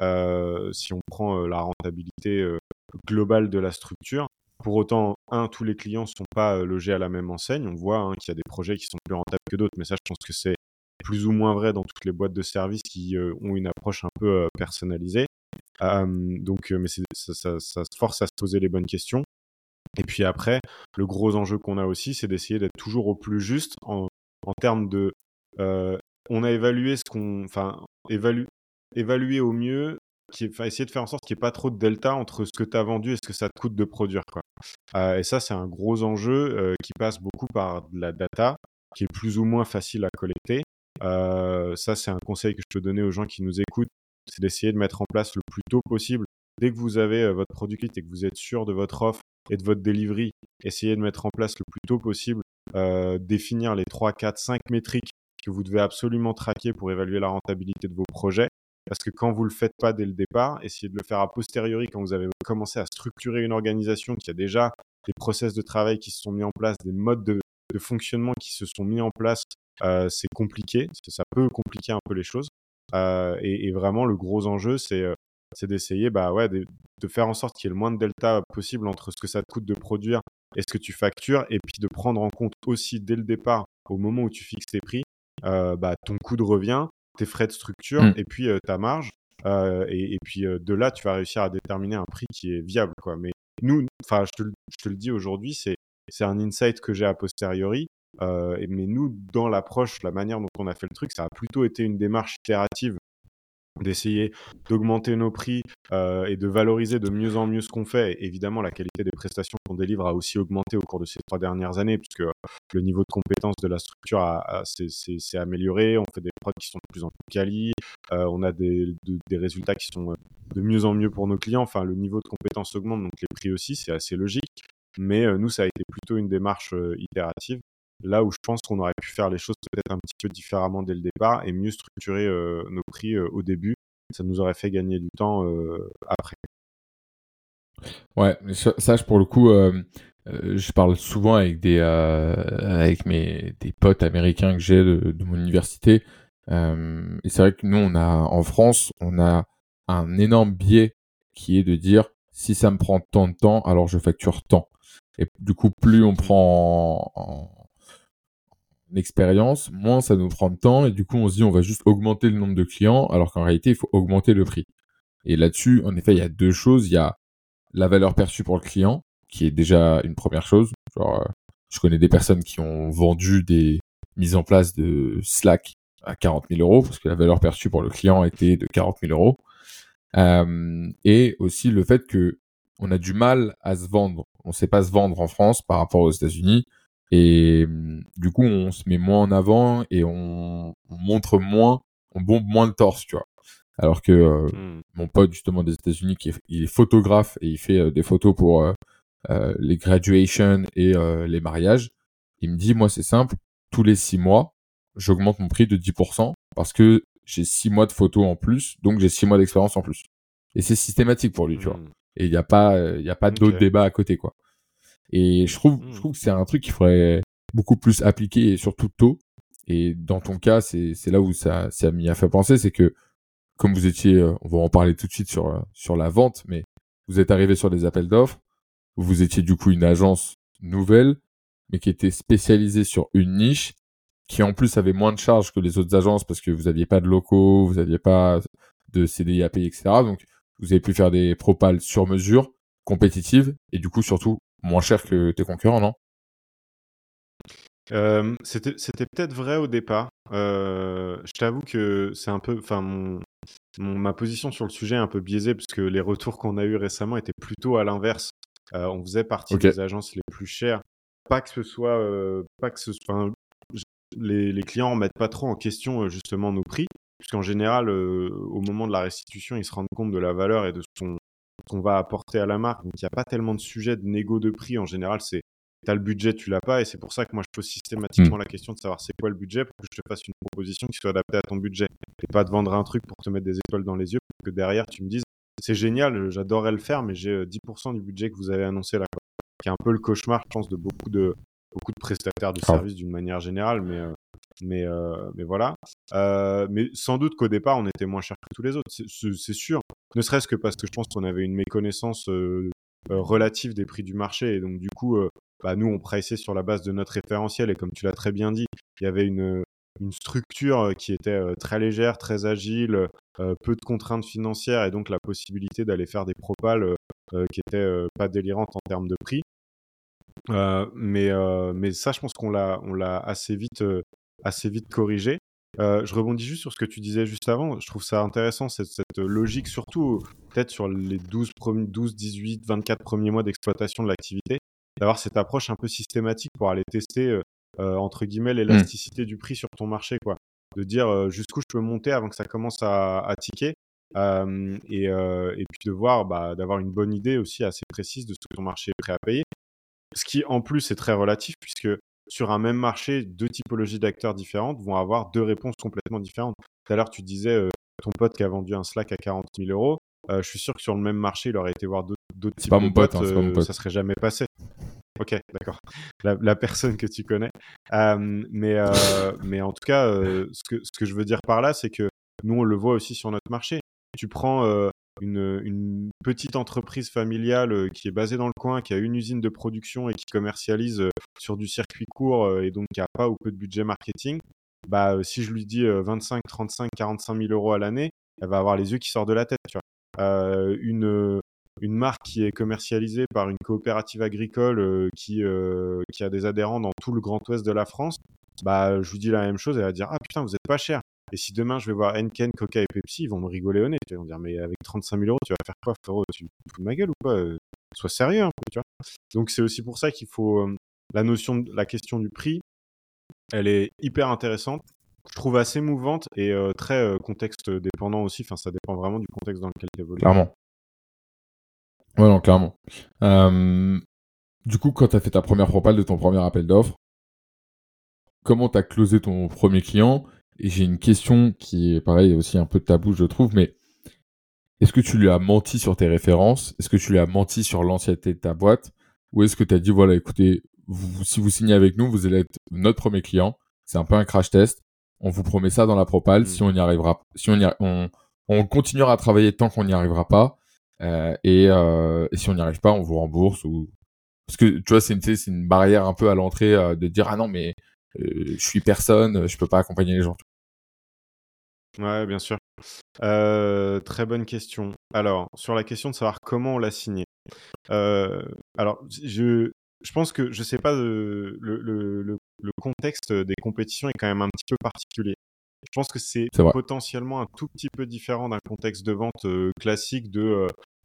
S2: euh, si on prend euh, la rentabilité euh, globale de la structure. Pour autant, un, tous les clients ne sont pas euh, logés à la même enseigne. On voit hein, qu'il y a des projets qui sont plus rentables que d'autres, mais ça, je pense que c'est plus ou moins vrai dans toutes les boîtes de services qui euh, ont une approche un peu euh, personnalisée. Euh, donc, euh, mais c'est- ça, ça, ça se force à se poser les bonnes questions. Et puis après, le gros enjeu qu'on a aussi, c'est d'essayer d'être toujours au plus juste en, en termes de. Euh, on a évalué ce qu'on. Enfin, évalu, évaluer au mieux, qui, enfin, essayer de faire en sorte qu'il n'y ait pas trop de delta entre ce que tu as vendu et ce que ça te coûte de produire, quoi. Euh, et ça, c'est un gros enjeu euh, qui passe beaucoup par de la data, qui est plus ou moins facile à collecter. Euh, ça, c'est un conseil que je peux donner aux gens qui nous écoutent, c'est d'essayer de mettre en place le plus tôt possible. Dès que vous avez euh, votre produit et que vous êtes sûr de votre offre et de votre delivery, essayez de mettre en place le plus tôt possible, euh, définir les trois, quatre, cinq métriques que vous devez absolument traquer pour évaluer la rentabilité de vos projets. Parce que quand vous ne le faites pas dès le départ, essayez de le faire a posteriori quand vous avez commencé à structurer une organisation qui a déjà des process de travail qui se sont mis en place, des modes de, de fonctionnement qui se sont mis en place. Euh, c'est compliqué, ça peut compliquer un peu les choses. Euh, et, et vraiment, le gros enjeu, c'est euh, c'est d'essayer bah, ouais, de, de faire en sorte qu'il y ait le moins de delta possible entre ce que ça te coûte de produire et ce que tu factures, et puis de prendre en compte aussi dès le départ, au moment où tu fixes tes prix, euh, bah, ton coût de revient, tes frais de structure
S1: Mm.
S2: et puis euh, ta marge. Euh, et, et puis euh, de là, tu vas réussir à déterminer un prix qui est viable, quoi. Mais nous, enfin, je te, le- je te le dis aujourd'hui, c'est c'est un insight que j'ai a posteriori. Euh, et- mais nous, dans l'approche, la manière dont on a fait le truc, ça a plutôt été une démarche itérative d'essayer d'augmenter nos prix euh, et de valoriser de mieux en mieux ce qu'on fait. Et évidemment, la qualité des prestations qu'on délivre a aussi augmenté au cours de ces trois dernières années, puisque euh, le niveau de compétence de la structure a, a- s'est, s'est- s'est amélioré. On fait des prods qui sont de plus en plus quali. Euh, on a des, de- des résultats qui sont euh, de mieux en mieux pour nos clients. Enfin, le niveau de compétence augmente, donc les prix aussi, c'est assez logique. Mais euh, nous, ça a été plutôt une démarche euh, itérative. Là où je pense qu'on aurait pu faire les choses peut-être un petit peu différemment dès le départ et mieux structurer euh, nos prix euh, au début, ça nous aurait fait gagner du temps euh, après.
S1: Ouais, mais ça, ça, je- pour le coup, euh, euh, je parle souvent avec des, euh, avec mes des potes américains que j'ai de, de mon université. Euh, et c'est vrai que nous, on a en France, on a un énorme biais qui est de dire si ça me prend tant de temps, alors je facture tant. Et du coup, plus on prend en, en expérience, moins ça nous prend de temps. Et du coup, on se dit on va juste augmenter le nombre de clients, alors qu'en réalité, il faut augmenter le prix. Et là-dessus, en effet, il y a deux choses. Il y a la valeur perçue pour le client, qui est déjà une première chose. Genre, euh, je connais des personnes qui ont vendu des mises en place de Slack à quarante mille euros, parce que la valeur perçue pour le client était de quarante mille euros. Euh, et aussi le fait que on a du mal à se vendre. On sait pas se vendre en France par rapport aux États-Unis. Et hum, du coup, on se met moins en avant et on, on montre moins, on bombe moins le torse, tu vois. Alors que euh,
S2: Mm.
S1: mon pote justement des États-Unis, qui est, il est photographe et il fait euh, des photos pour euh, euh, les graduations et euh, les mariages, il me dit moi c'est simple, tous les six mois, j'augmente mon prix de dix pour cent parce que j'ai six mois de photos en plus, donc j'ai six mois d'expérience en plus. Et c'est systématique pour lui, tu vois.
S2: Mm.
S1: Et il n'y a pas, euh, il y a pas d'autres
S2: Ok.
S1: débats à côté, quoi. Et je trouve, je
S2: Mm.
S1: trouve que c'est un truc qu'il faudrait beaucoup plus appliquer et surtout tôt. Et dans ton cas, c'est, c'est là où ça, ça m'y a fait penser, c'est que comme vous étiez, euh, on va en parler tout de suite sur, euh, sur la vente, mais vous êtes arrivé sur des appels d'offres, vous étiez du coup une agence nouvelle, mais qui était spécialisée sur une niche, qui en plus avait moins de charges que les autres agences parce que vous aviez pas de locaux, vous aviez pas de C D I à payer, et cetera. Donc, vous avez pu faire des propales sur mesure, compétitives, et du coup, surtout, moins cher que tes concurrents, non?
S2: Euh, c'était, c'était peut-être vrai au départ. Euh, je t'avoue que c'est un peu, enfin, mon, mon- ma position sur le sujet est un peu biaisée parce que les retours qu'on a eus récemment étaient plutôt à l'inverse. Euh, on faisait partie
S1: Ok.
S2: des agences les plus chères. Pas que ce soit, euh, pas que ce, enfin, j- les, les clients remettent pas trop en question euh, justement nos prix, puisqu'en général, euh, au moment de la restitution, ils se rendent compte de la valeur et de ce qu'on qu'on va apporter à la marque. Donc il n'y a pas tellement de sujets de négo de prix. En général, c'est t'as le budget, tu l'as pas, et c'est pour ça que moi je pose
S1: Hmm.
S2: systématiquement la question de savoir c'est quoi le budget pour que je te fasse une proposition qui soit adaptée à ton budget, et pas de vendre un truc pour te mettre des étoiles dans les yeux, pour que derrière tu me dises c'est génial, j'adorerais le faire, mais j'ai euh, dix pour cent du budget que vous avez annoncé là, quoi. Qui est un peu le cauchemar, je pense, de beaucoup de beaucoup de prestataires de
S1: Grave.
S2: services d'une manière générale, mais euh, mais euh, mais voilà. Euh, mais sans doute qu'au départ on était moins cher que tous les autres, c'est, c'est, c'est sûr. Ne serait-ce que parce que je pense qu'on avait une méconnaissance euh, euh, relative des prix du marché, et donc du coup euh, bah, nous, on pressait sur la base de notre référentiel. Et comme tu l'as très bien dit, il y avait une, une structure qui était euh, très légère, très agile, euh, peu de contraintes financières, et donc la possibilité d'aller faire des propales euh, euh, qui étaient euh, pas délirantes en termes de prix. Euh, mais, euh, mais ça, je pense qu'on l'a, on l'a assez vite, euh, assez vite corrigé. Euh, je rebondis juste sur ce que tu disais juste avant. Je trouve ça intéressant, cette, cette logique, surtout peut-être sur les douze, premiers, douze, dix-huit, vingt-quatre premiers mois d'exploitation de l'activité, d'avoir cette approche un peu systématique pour aller tester, euh, euh, entre guillemets,
S1: Hmm.
S2: l'élasticité du prix sur ton marché, quoi. De dire euh, jusqu'où je peux monter avant que ça commence à, à ticker. Euh, et, euh, et puis de voir, bah, d'avoir une bonne idée aussi assez précise de ce que ton marché est prêt à payer. Ce qui, en plus, est très relatif, puisque sur un même marché, deux typologies d'acteurs différentes vont avoir deux réponses complètement différentes. Tout à l'heure, tu disais euh, ton pote qui a vendu un Slack à quarante mille euros. Euh, je suis sûr que sur le même marché, il aurait été voir d'autres, d'autres
S1: C'est
S2: types
S1: pas
S2: de
S1: mon pote,
S2: boîtes,
S1: hein, c'est pas mon
S2: euh, ça
S1: pote.
S2: serait jamais passé. Ok, d'accord. La, la personne que tu connais. Euh, mais, euh, mais en tout cas, euh, ce que, ce que je veux dire par là, c'est que nous, on le voit aussi sur notre marché. Tu prends euh, une, une petite entreprise familiale euh, qui est basée dans le coin, qui a une usine de production et qui commercialise euh, sur du circuit court euh, et donc qui n'a pas ou peu de budget marketing. Bah, euh, si je lui dis euh, vingt-cinq, trente-cinq, quarante-cinq mille euros à l'année, elle va avoir les yeux qui sortent de la tête. Tu vois. Euh, une, une marque qui est commercialisée par une coopérative agricole euh, qui, euh, qui a des adhérents dans tout le Grand Ouest de la France, bah, je lui dis la même chose, elle va dire ah putain, vous êtes pas cher. Et si demain je vais voir Henken, Coca et Pepsi, ils vont me rigoler au nez. Ils vont dire, mais avec trente-cinq mille euros, tu vas faire quoi, frérot? Tu te fous de ma gueule ou quoi? Euh, Sois sérieux un peu, tu vois. Donc c'est aussi pour ça qu'il faut euh, la notion, de, la question du prix, elle est hyper intéressante. Je trouve assez mouvante et euh, très euh, contexte dépendant aussi. Enfin, ça dépend vraiment du contexte dans lequel tu évolues.
S1: Clairement. Ouais, non, clairement. Euh, du coup, quand tu as fait ta première propale de ton premier appel d'offres, comment tu as closé ton premier client? Et j'ai une question qui est pareil, aussi un peu tabou, je trouve, mais est-ce que tu lui as menti sur tes références? Est-ce que tu lui as menti sur l'ancienneté de ta boîte? Ou est-ce que tu as dit, voilà, écoutez, vous, si vous signez avec nous, vous allez être notre premier client. C'est un peu un crash test. On vous promet ça dans la propale.
S2: Mm.
S1: Si on y arrivera, si on y a- on, on continuera à travailler tant qu'on n'y arrivera pas. Euh, et, euh, et si on n'y arrive pas, on vous rembourse. Ou... Parce que tu vois, c'est une, c'est une barrière un peu à l'entrée euh, de dire, ah non, mais euh, je suis personne, je peux pas accompagner les gens.
S2: Ouais, bien sûr. Euh, très bonne question. Alors, sur la question de savoir comment on l'a signé. Euh, alors, je, je pense que je sais pas le, le, le, le- le contexte des compétitions est quand même un petit peu particulier. Je pense que c'est
S1: C'est vrai.
S2: potentiellement un tout petit peu différent d'un contexte de vente euh, classique de euh,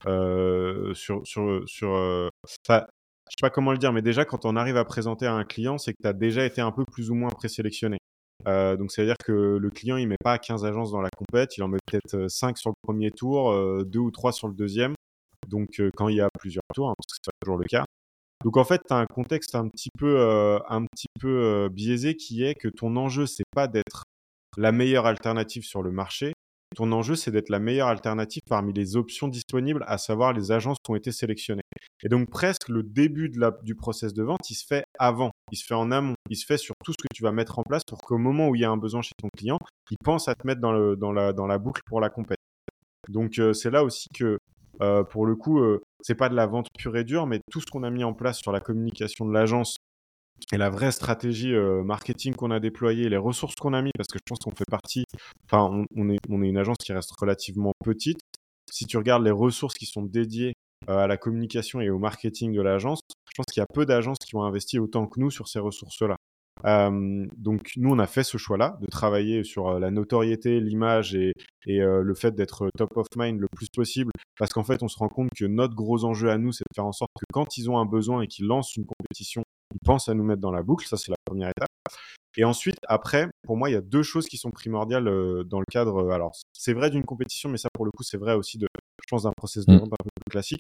S2: euh, sur sur sur. euh, Enfin, je sais pas comment le dire, mais déjà quand on arrive à présenter à un client, c'est que tu as déjà été un peu plus ou moins présélectionné. Euh, donc, c'est-à-dire que le client, il met pas quinze agences dans la compète, il en met peut-être euh, cinq sur le premier tour, euh, deux ou trois sur le deuxième. Donc, euh, quand il y a plusieurs tours, hein, parce que c'est pas toujours le cas. Donc, en fait, tu as un contexte un petit peu, euh, un petit peu euh, biaisé qui est que ton enjeu, c'est pas d'être la meilleure alternative sur le marché. Ton enjeu, c'est d'être la meilleure alternative parmi les options disponibles, à savoir les agences qui ont été sélectionnées. Et donc, presque le début de la, du process de vente, il se fait avant, il se fait en amont, il se fait sur tout ce que tu vas mettre en place pour qu'au moment où il y a un besoin chez ton client, il pense à te mettre dans, le, dans, la, dans la boucle pour la compète. Donc, euh, c'est là aussi que, euh, pour le coup, euh, c'est pas de la vente pure et dure, mais tout ce qu'on a mis en place sur la communication de l'agence et la vraie stratégie euh, marketing qu'on a déployée, les ressources qu'on a mis, parce que je pense qu'on fait partie, enfin, on, on est, on est une agence qui reste relativement petite. Si tu regardes les ressources qui sont dédiées euh, à la communication et au marketing de l'agence, je pense qu'il y a peu d'agences qui ont investi autant que nous sur ces ressources-là. Euh, donc nous, on a fait ce choix-là de travailler sur euh, la notoriété, l'image et, et euh, le fait d'être top of mind le plus possible, parce qu'en fait, on se rend compte que notre gros enjeu à nous, c'est de faire en sorte que quand ils ont un besoin et qu'ils lancent une compétition, ils pensent à nous mettre dans la boucle. Ça, c'est la première étape. Et ensuite, après, pour moi, il y a deux choses qui sont primordiales euh, dans le cadre. euh, alors, c'est vrai d'une compétition, mais ça, pour le coup, c'est vrai aussi de, je pense, d'un process de
S1: Mm.
S2: vente un peu plus classique.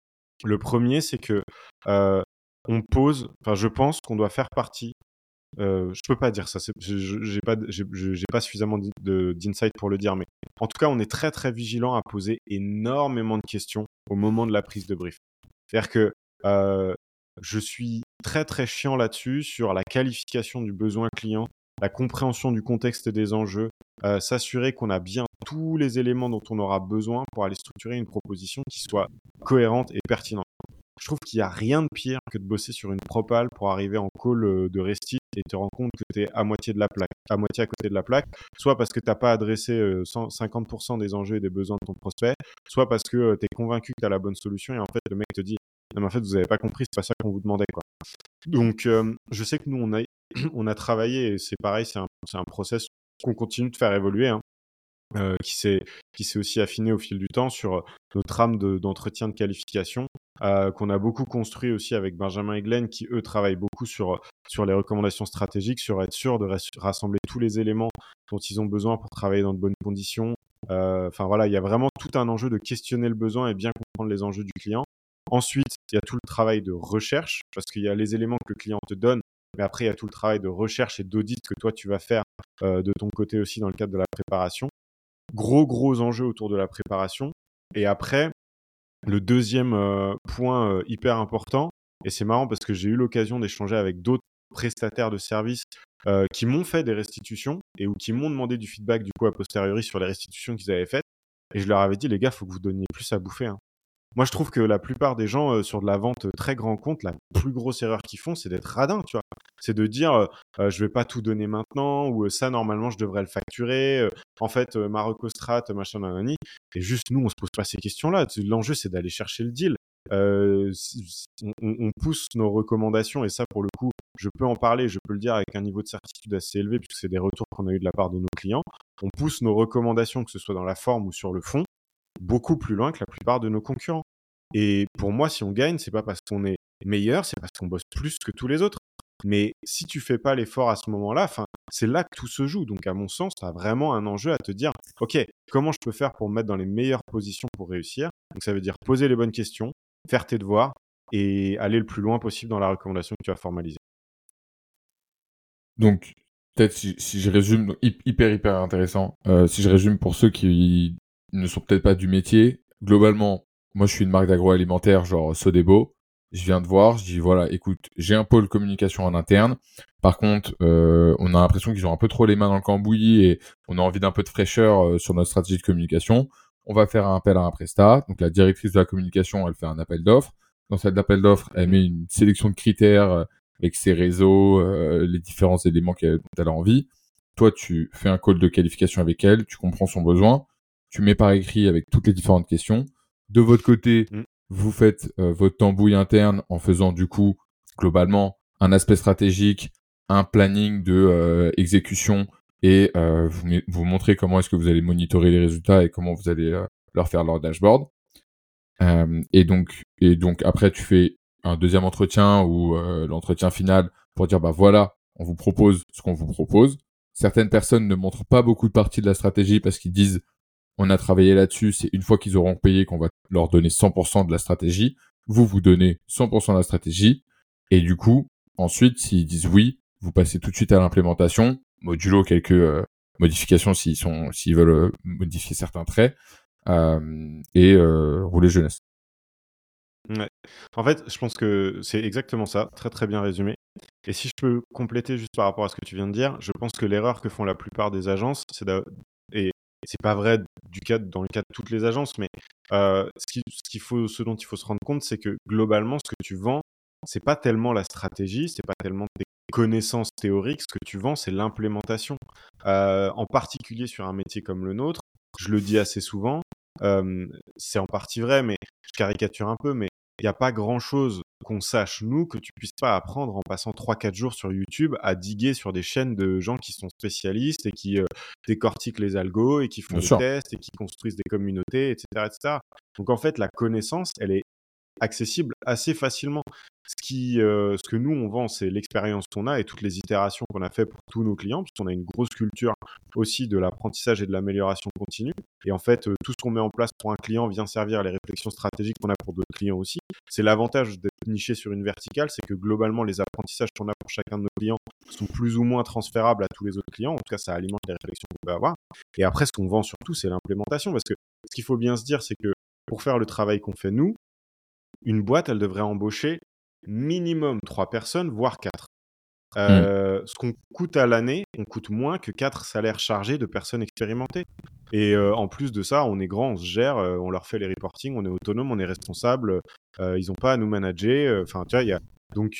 S2: Le premier, c'est que euh, on pose. Enfin, je pense qu'on doit faire partie. Euh, je peux pas dire ça. c'est- je- je- J'ai pas, j'ai je- j'ai pas suffisamment d'in- de- d'insight pour le dire, mais en tout cas, on est très très vigilant à poser énormément de questions au moment de la prise de brief. C'est-à-dire que euh, je suis très très chiant là-dessus sur la qualification du besoin client, la compréhension du contexte et des enjeux, euh, s'assurer qu'on a bien tous les éléments dont on aura besoin pour aller structurer une proposition qui soit cohérente et pertinente. Je trouve qu'il n'y a rien de pire que de bosser sur une propale pour arriver en call euh, de Restit et te rendre compte que tu es à moitié de la plaque, à moitié à côté de la plaque, soit parce que tu n'as pas adressé euh, cent cinquante pour cent des enjeux et des besoins de ton prospect, soit parce que tu es convaincu que tu as la bonne solution et en fait le mec te dit non mais en fait vous n'avez pas compris, c'est pas ça qu'on vous demandait quoi. Donc euh, je sais que nous on a, on a travaillé et c'est pareil, c'est un, c'est un process qu'on continue de faire évoluer, hein, euh, qui s'est qui s'est aussi affiné au fil du temps sur notre trame de, d'entretien de qualification, euh, qu'on a beaucoup construit aussi avec Benjamin et Glenn, qui eux travaillent beaucoup sur sur les recommandations stratégiques, sur être sûr de ras- rassembler tous les éléments dont ils ont besoin pour travailler dans de bonnes conditions. Euh, Enfin voilà, il y a vraiment tout un enjeu de questionner le besoin et bien comprendre les enjeux du client. Ensuite, il y a tout le travail de recherche, parce qu'il y a les éléments que le client te donne, mais après, il y a tout le travail de recherche et d'audit que toi, tu vas faire euh, de ton côté aussi dans le cadre de la préparation. Gros, gros enjeux autour de la préparation. Et après, le deuxième euh, point euh, hyper important, et c'est marrant parce que j'ai eu l'occasion d'échanger avec d'autres prestataires de services euh, qui m'ont fait des restitutions et ou qui m'ont demandé du feedback du coup a posteriori sur les restitutions qu'ils avaient faites. Et je leur avais dit, les gars, il faut que vous donniez plus à bouffer, hein. Moi, je trouve que la plupart des gens euh, sur de la vente très grand compte, la plus grosse erreur qu'ils font, c'est d'être radin, tu vois. C'est de dire, euh, euh, je vais pas tout donner maintenant, ou euh, ça, normalement, je devrais le facturer. euh, en fait, euh, ma recostrat, machin, nanani. Et juste, nous, on se pose pas ces questions-là. L'enjeu, c'est d'aller chercher le deal. euh, si- si- on, on pousse nos recommandations, et ça, pour le coup, je peux en parler, je peux le dire avec un niveau de certitude assez élevé, puisque c'est des retours qu'on a eu de la part de nos clients. On pousse nos recommandations, que ce soit dans la forme ou sur le fond, beaucoup plus loin que la plupart de nos concurrents. Et pour moi, si on gagne, c'est pas parce qu'on est meilleur, c'est parce qu'on bosse plus que tous les autres. Mais si tu fais pas l'effort à ce moment-là, enfin, c'est là que tout se joue. Donc, à mon sens, tu as vraiment un enjeu à te dire, OK, comment je peux faire pour me mettre dans les meilleures positions pour réussir? Donc, ça veut dire poser les bonnes questions, faire tes devoirs et aller le plus loin possible dans la recommandation que tu as formalisée.
S1: Donc, peut-être si, si je résume, donc, hy- hyper, hyper intéressant. Euh, si je résume pour ceux qui ne sont peut-être pas du métier, globalement, moi, je suis une marque d'agroalimentaire, genre Sodebo. Je viens de voir, je dis, voilà, écoute, j'ai un pôle communication en interne. Par contre, euh, on a l'impression qu'ils ont un peu trop les mains dans le cambouis et on a envie d'un peu de fraîcheur euh, sur notre stratégie de communication. On va faire un appel à un prestat. Donc, la directrice de la communication, elle fait un appel d'offres. Dans cet appel d'offres, elle
S2: Mhm.
S1: met une sélection de critères euh, avec ses réseaux, euh, les différents éléments qu'elle, dont elle a envie. Toi, tu fais un call de qualification avec elle, tu comprends son besoin, tu mets par écrit avec toutes les différentes questions. De votre côté,
S2: Mhm.
S1: vous faites euh, votre tambouille interne en faisant du coup, globalement, un aspect stratégique, un planning de euh, exécution et euh, vous, vous montrez comment est-ce que vous allez monitorer les résultats et comment vous allez euh, leur faire leur dashboard. Euh, et donc, et donc après, tu fais un deuxième entretien ou euh, l'entretien final pour dire bah voilà, on vous propose ce qu'on vous propose. Certaines personnes ne montrent pas beaucoup de parties de la stratégie parce qu'ils disent on a travaillé là-dessus, c'est une fois qu'ils auront payé qu'on va leur donner cent pour cent de la stratégie. Vous vous donnez cent pour cent de la stratégie et du coup, ensuite, s'ils disent oui, vous passez tout de suite à l'implémentation, modulo quelques euh, modifications s'ils sont, s'ils veulent euh, modifier certains traits euh, et euh, rouler jeunesse.
S2: Ouais. En fait, je pense que c'est exactement ça, très très bien résumé. Et si je peux compléter juste par rapport à ce que tu viens de dire, je pense que l'erreur que font la plupart des agences, c'est d'a- et c'est pas vrai du cas dans le cas de toutes les agences, mais euh, ce qui- ce qu'il faut, ce dont il faut se rendre compte, c'est que globalement, ce que tu vends, c'est pas tellement la stratégie, c'est pas tellement tes connaissances théoriques. Ce que tu vends, c'est l'implémentation. Euh, en particulier sur un métier comme le nôtre, je le dis assez souvent. euh, c'est en partie vrai, mais je caricature un peu, mais il n'y a pas grand-chose qu'on sache, nous, que tu puisses pas apprendre en passant trois quatre jours sur YouTube à diguer sur des chaînes de gens qui sont spécialistes et qui euh, décortiquent les algos et qui font
S1: Bien
S2: des
S1: sûr.
S2: tests et qui construisent des communautés, et cetera, et cetera. Donc en fait, la connaissance, elle est accessible assez facilement. Ce, qui, euh, ce que nous, on vend, c'est l'expérience qu'on a et toutes les itérations qu'on a fait pour tous nos clients, puisqu'on a une grosse culture aussi de l'apprentissage et de l'amélioration continue. Et en fait, euh, tout ce qu'on met en place pour un client vient servir les réflexions stratégiques qu'on a pour d'autres clients aussi. C'est l'avantage d'être niché sur une verticale, c'est que globalement, les apprentissages qu'on a pour chacun de nos clients sont plus ou moins transférables à tous les autres clients. En tout cas, ça alimente les réflexions qu'on peut avoir. Et après, ce qu'on vend surtout, c'est l'implémentation. Parce que ce qu'il faut bien se dire, c'est que pour faire le travail qu'on fait nous, une boîte, elle devrait embaucher minimum trois personnes, voire quatre.
S1: Mm.
S2: Euh, ce qu'on coûte à l'année, on coûte moins que quatre salaires chargés de personnes expérimentées. Et euh, en plus de ça, on est grand, on se gère, euh, on leur fait les reportings, on est autonome, on est responsable. Euh, ils n'ont pas à nous manager. Enfin, tu vois, il y a donc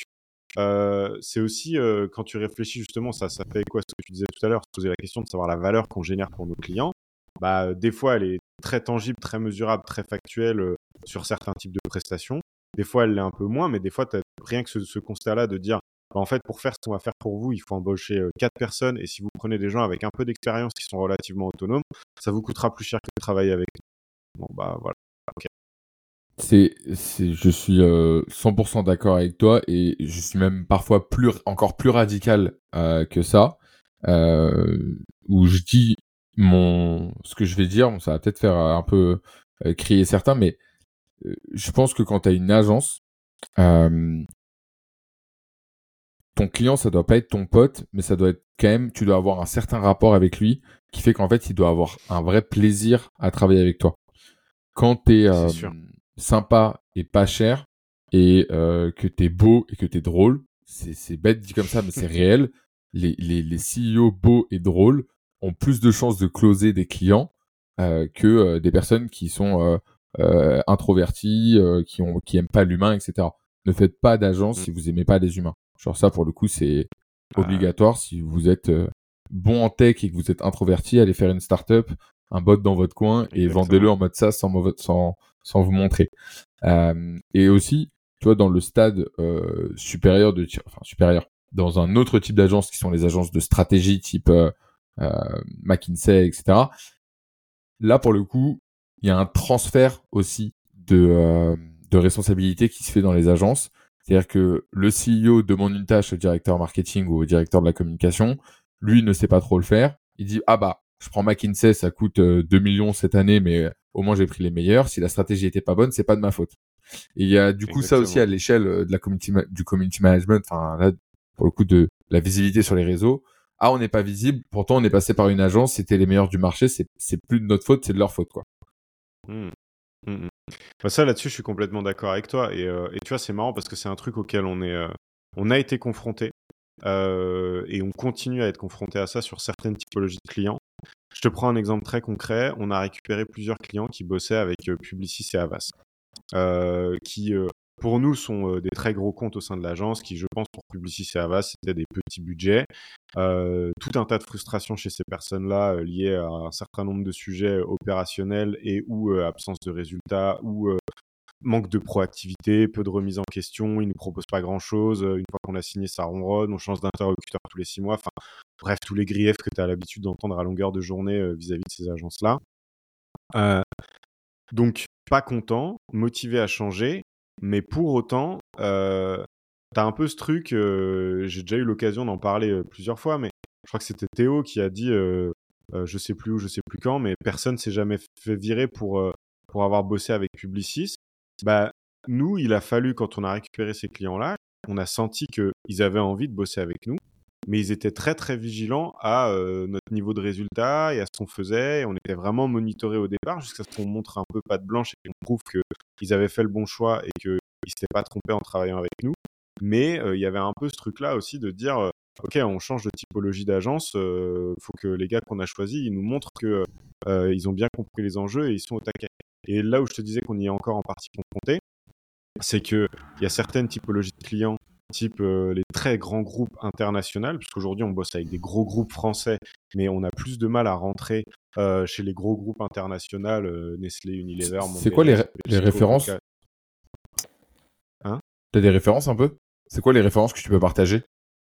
S2: euh, c'est aussi euh, quand tu réfléchis justement, ça, ça fait quoi ce que tu disais tout à l'heure, se poser la question de savoir la valeur qu'on génère pour nos clients. Bah, des fois, elle est très tangible, très mesurable, très factuelle euh, sur certains types de prestations. Des fois, elle l'est un peu moins, mais des fois, tu as rien que ce, ce constat-là de dire, bah, en fait, pour faire ce qu'on va faire pour vous, il faut embaucher euh, quatre personnes. Et si vous prenez des gens avec un peu d'expérience qui sont relativement autonomes, ça vous coûtera plus cher que de travailler avec nous. Bon, bah voilà. Ok.
S1: C'est, c'est, je suis euh, cent pour cent d'accord avec toi et je suis même parfois plus, encore plus radical euh, que ça, euh, où je dis mon, ce que je vais dire, bon, ça va peut-être faire un peu euh, crier certains, mais euh, je pense que quand tu as une agence, euh, ton client, ça doit pas être ton pote, mais ça doit être quand même, tu dois avoir un certain rapport avec lui qui fait qu'en fait, il doit avoir un vrai plaisir à travailler avec toi. Quand t'es
S2: C'est
S1: euh,
S2: sûr.
S1: sympa et pas cher et euh, que t'es beau et que t'es drôle, c'est, c'est bête dit comme ça, mais c'est réel. Les, les, les C E O beaux et drôles ont plus de chances de closer des clients euh, que euh, des personnes qui sont euh, euh, introverties, euh, qui ont qui aiment pas l'humain, et cetera. Ne faites pas d'agence
S2: Mm.
S1: si vous aimez pas les humains. Genre ça, pour le coup, c'est
S2: Ah,
S1: obligatoire. Si vous êtes euh, bon en tech et que vous êtes introverti, allez faire une startup, un bot dans votre coin et vendez-le
S2: exactement.
S1: en mode SaaS sans, mauvais, sans, sans vous montrer. Euh, et aussi, tu vois, dans le stade euh, supérieur de, enfin supérieur, dans un autre type d'agence qui sont les agences de stratégie type euh, euh, McKinsey, et cetera. Là, pour le coup, il y a un transfert aussi de euh, de responsabilité qui se fait dans les agences. C'est-à-dire que le C E O demande une tâche au directeur marketing ou au directeur de la communication. Lui ne sait pas trop le faire. Il dit ah bah je prends McKinsey, ça coûte euh, deux millions cette année, mais au moins j'ai pris les meilleurs. Si la stratégie était pas bonne, c'est pas de ma faute. Et il y a du coup ça aussi
S2: Exactement.
S1: à l'échelle de la community ma- du community management. Enfin là pour le coup de la visibilité sur les réseaux. Ah on n'est pas visible, pourtant on est passé par une agence, c'était les meilleurs du marché. C'est c'est plus de notre faute, c'est de leur faute quoi.
S2: Mmh. Mmh mh. Bah, ça là-dessus, je suis complètement d'accord avec toi et heu et tu vois, c'est marrant parce que c'est un truc auquel on est, heu, on a été confrontés, heu et on continue à être confrontés à ça sur certaines typologies de clients. Je te prends un exemple très concret. On a récupéré plusieurs clients qui bossaient avec, heu, Publicis et Havas, heu, qui, heu, pour nous sont, heu, des très gros comptes au sein de l'agence qui, je pense, pour Publicis et Havas, c'était des petits budgets. Heu, tout un tas de frustrations chez ces personnes-là, heu, liées à un certain nombre de sujets opérationnels et ou, heu, absence de résultats ou, heu, manque de proactivité, peu de remise en question. Ils nous proposent pas grand-chose, heu, une fois qu'on a signé, ça ronronne, on change d'interlocuteur tous les six mois. Enfin, bref, tous les griefs que tu as l'habitude d'entendre à longueur de journée, heu, vis-à-vis de ces agences-là. Heu, donc pas content, motivé à changer, mais pour autant, heu, tu as un peu ce truc, heu, j'ai déjà eu l'occasion d'en parler, heu, plusieurs fois, mais je crois que c'était Théo qui a dit, heu heu, je sais plus où, je sais plus quand, mais personne s'est jamais fait virer pour, heu, pour avoir bossé avec Publicis. Bah, nous, il a fallu quand on a récupéré ces clients-là, on a senti qu'ils avaient envie de bosser avec nous, mais ils étaient très, très vigilants à, heu, notre niveau de résultat et à ce qu'on faisait et on était vraiment monitorés au départ jusqu'à ce qu'on montre un peu patte blanche et qu'on prouve qu'ils avaient fait le bon choix et qu'ils ne s'étaient pas trompés en travaillant avec nous. Mais, heu, il y avait un peu ce truc-là aussi de dire, heu: «OK, on change de typologie d'agence, heu, faut que les gars qu'on a choisis, ils nous montrent que, heu, ils ont bien compris les enjeux et ils sont au taquet». Et là où je te disais qu'on y est encore en partie confronté, c'est qu'il y a certaines typologies de clients, type euh, les très grands groupes internationaux, puisqu'aujourd'hui on bosse avec des gros groupes français, mais on a plus de mal à rentrer euh, chez les gros groupes internationaux, euh, Nestlé, Unilever,
S1: C'est quoi les,
S2: Mondelez,
S1: ré- les
S2: PepsiCo,
S1: références?
S2: Coca. Hein.
S1: T'as des références un peu? C'est quoi les références que tu peux partager?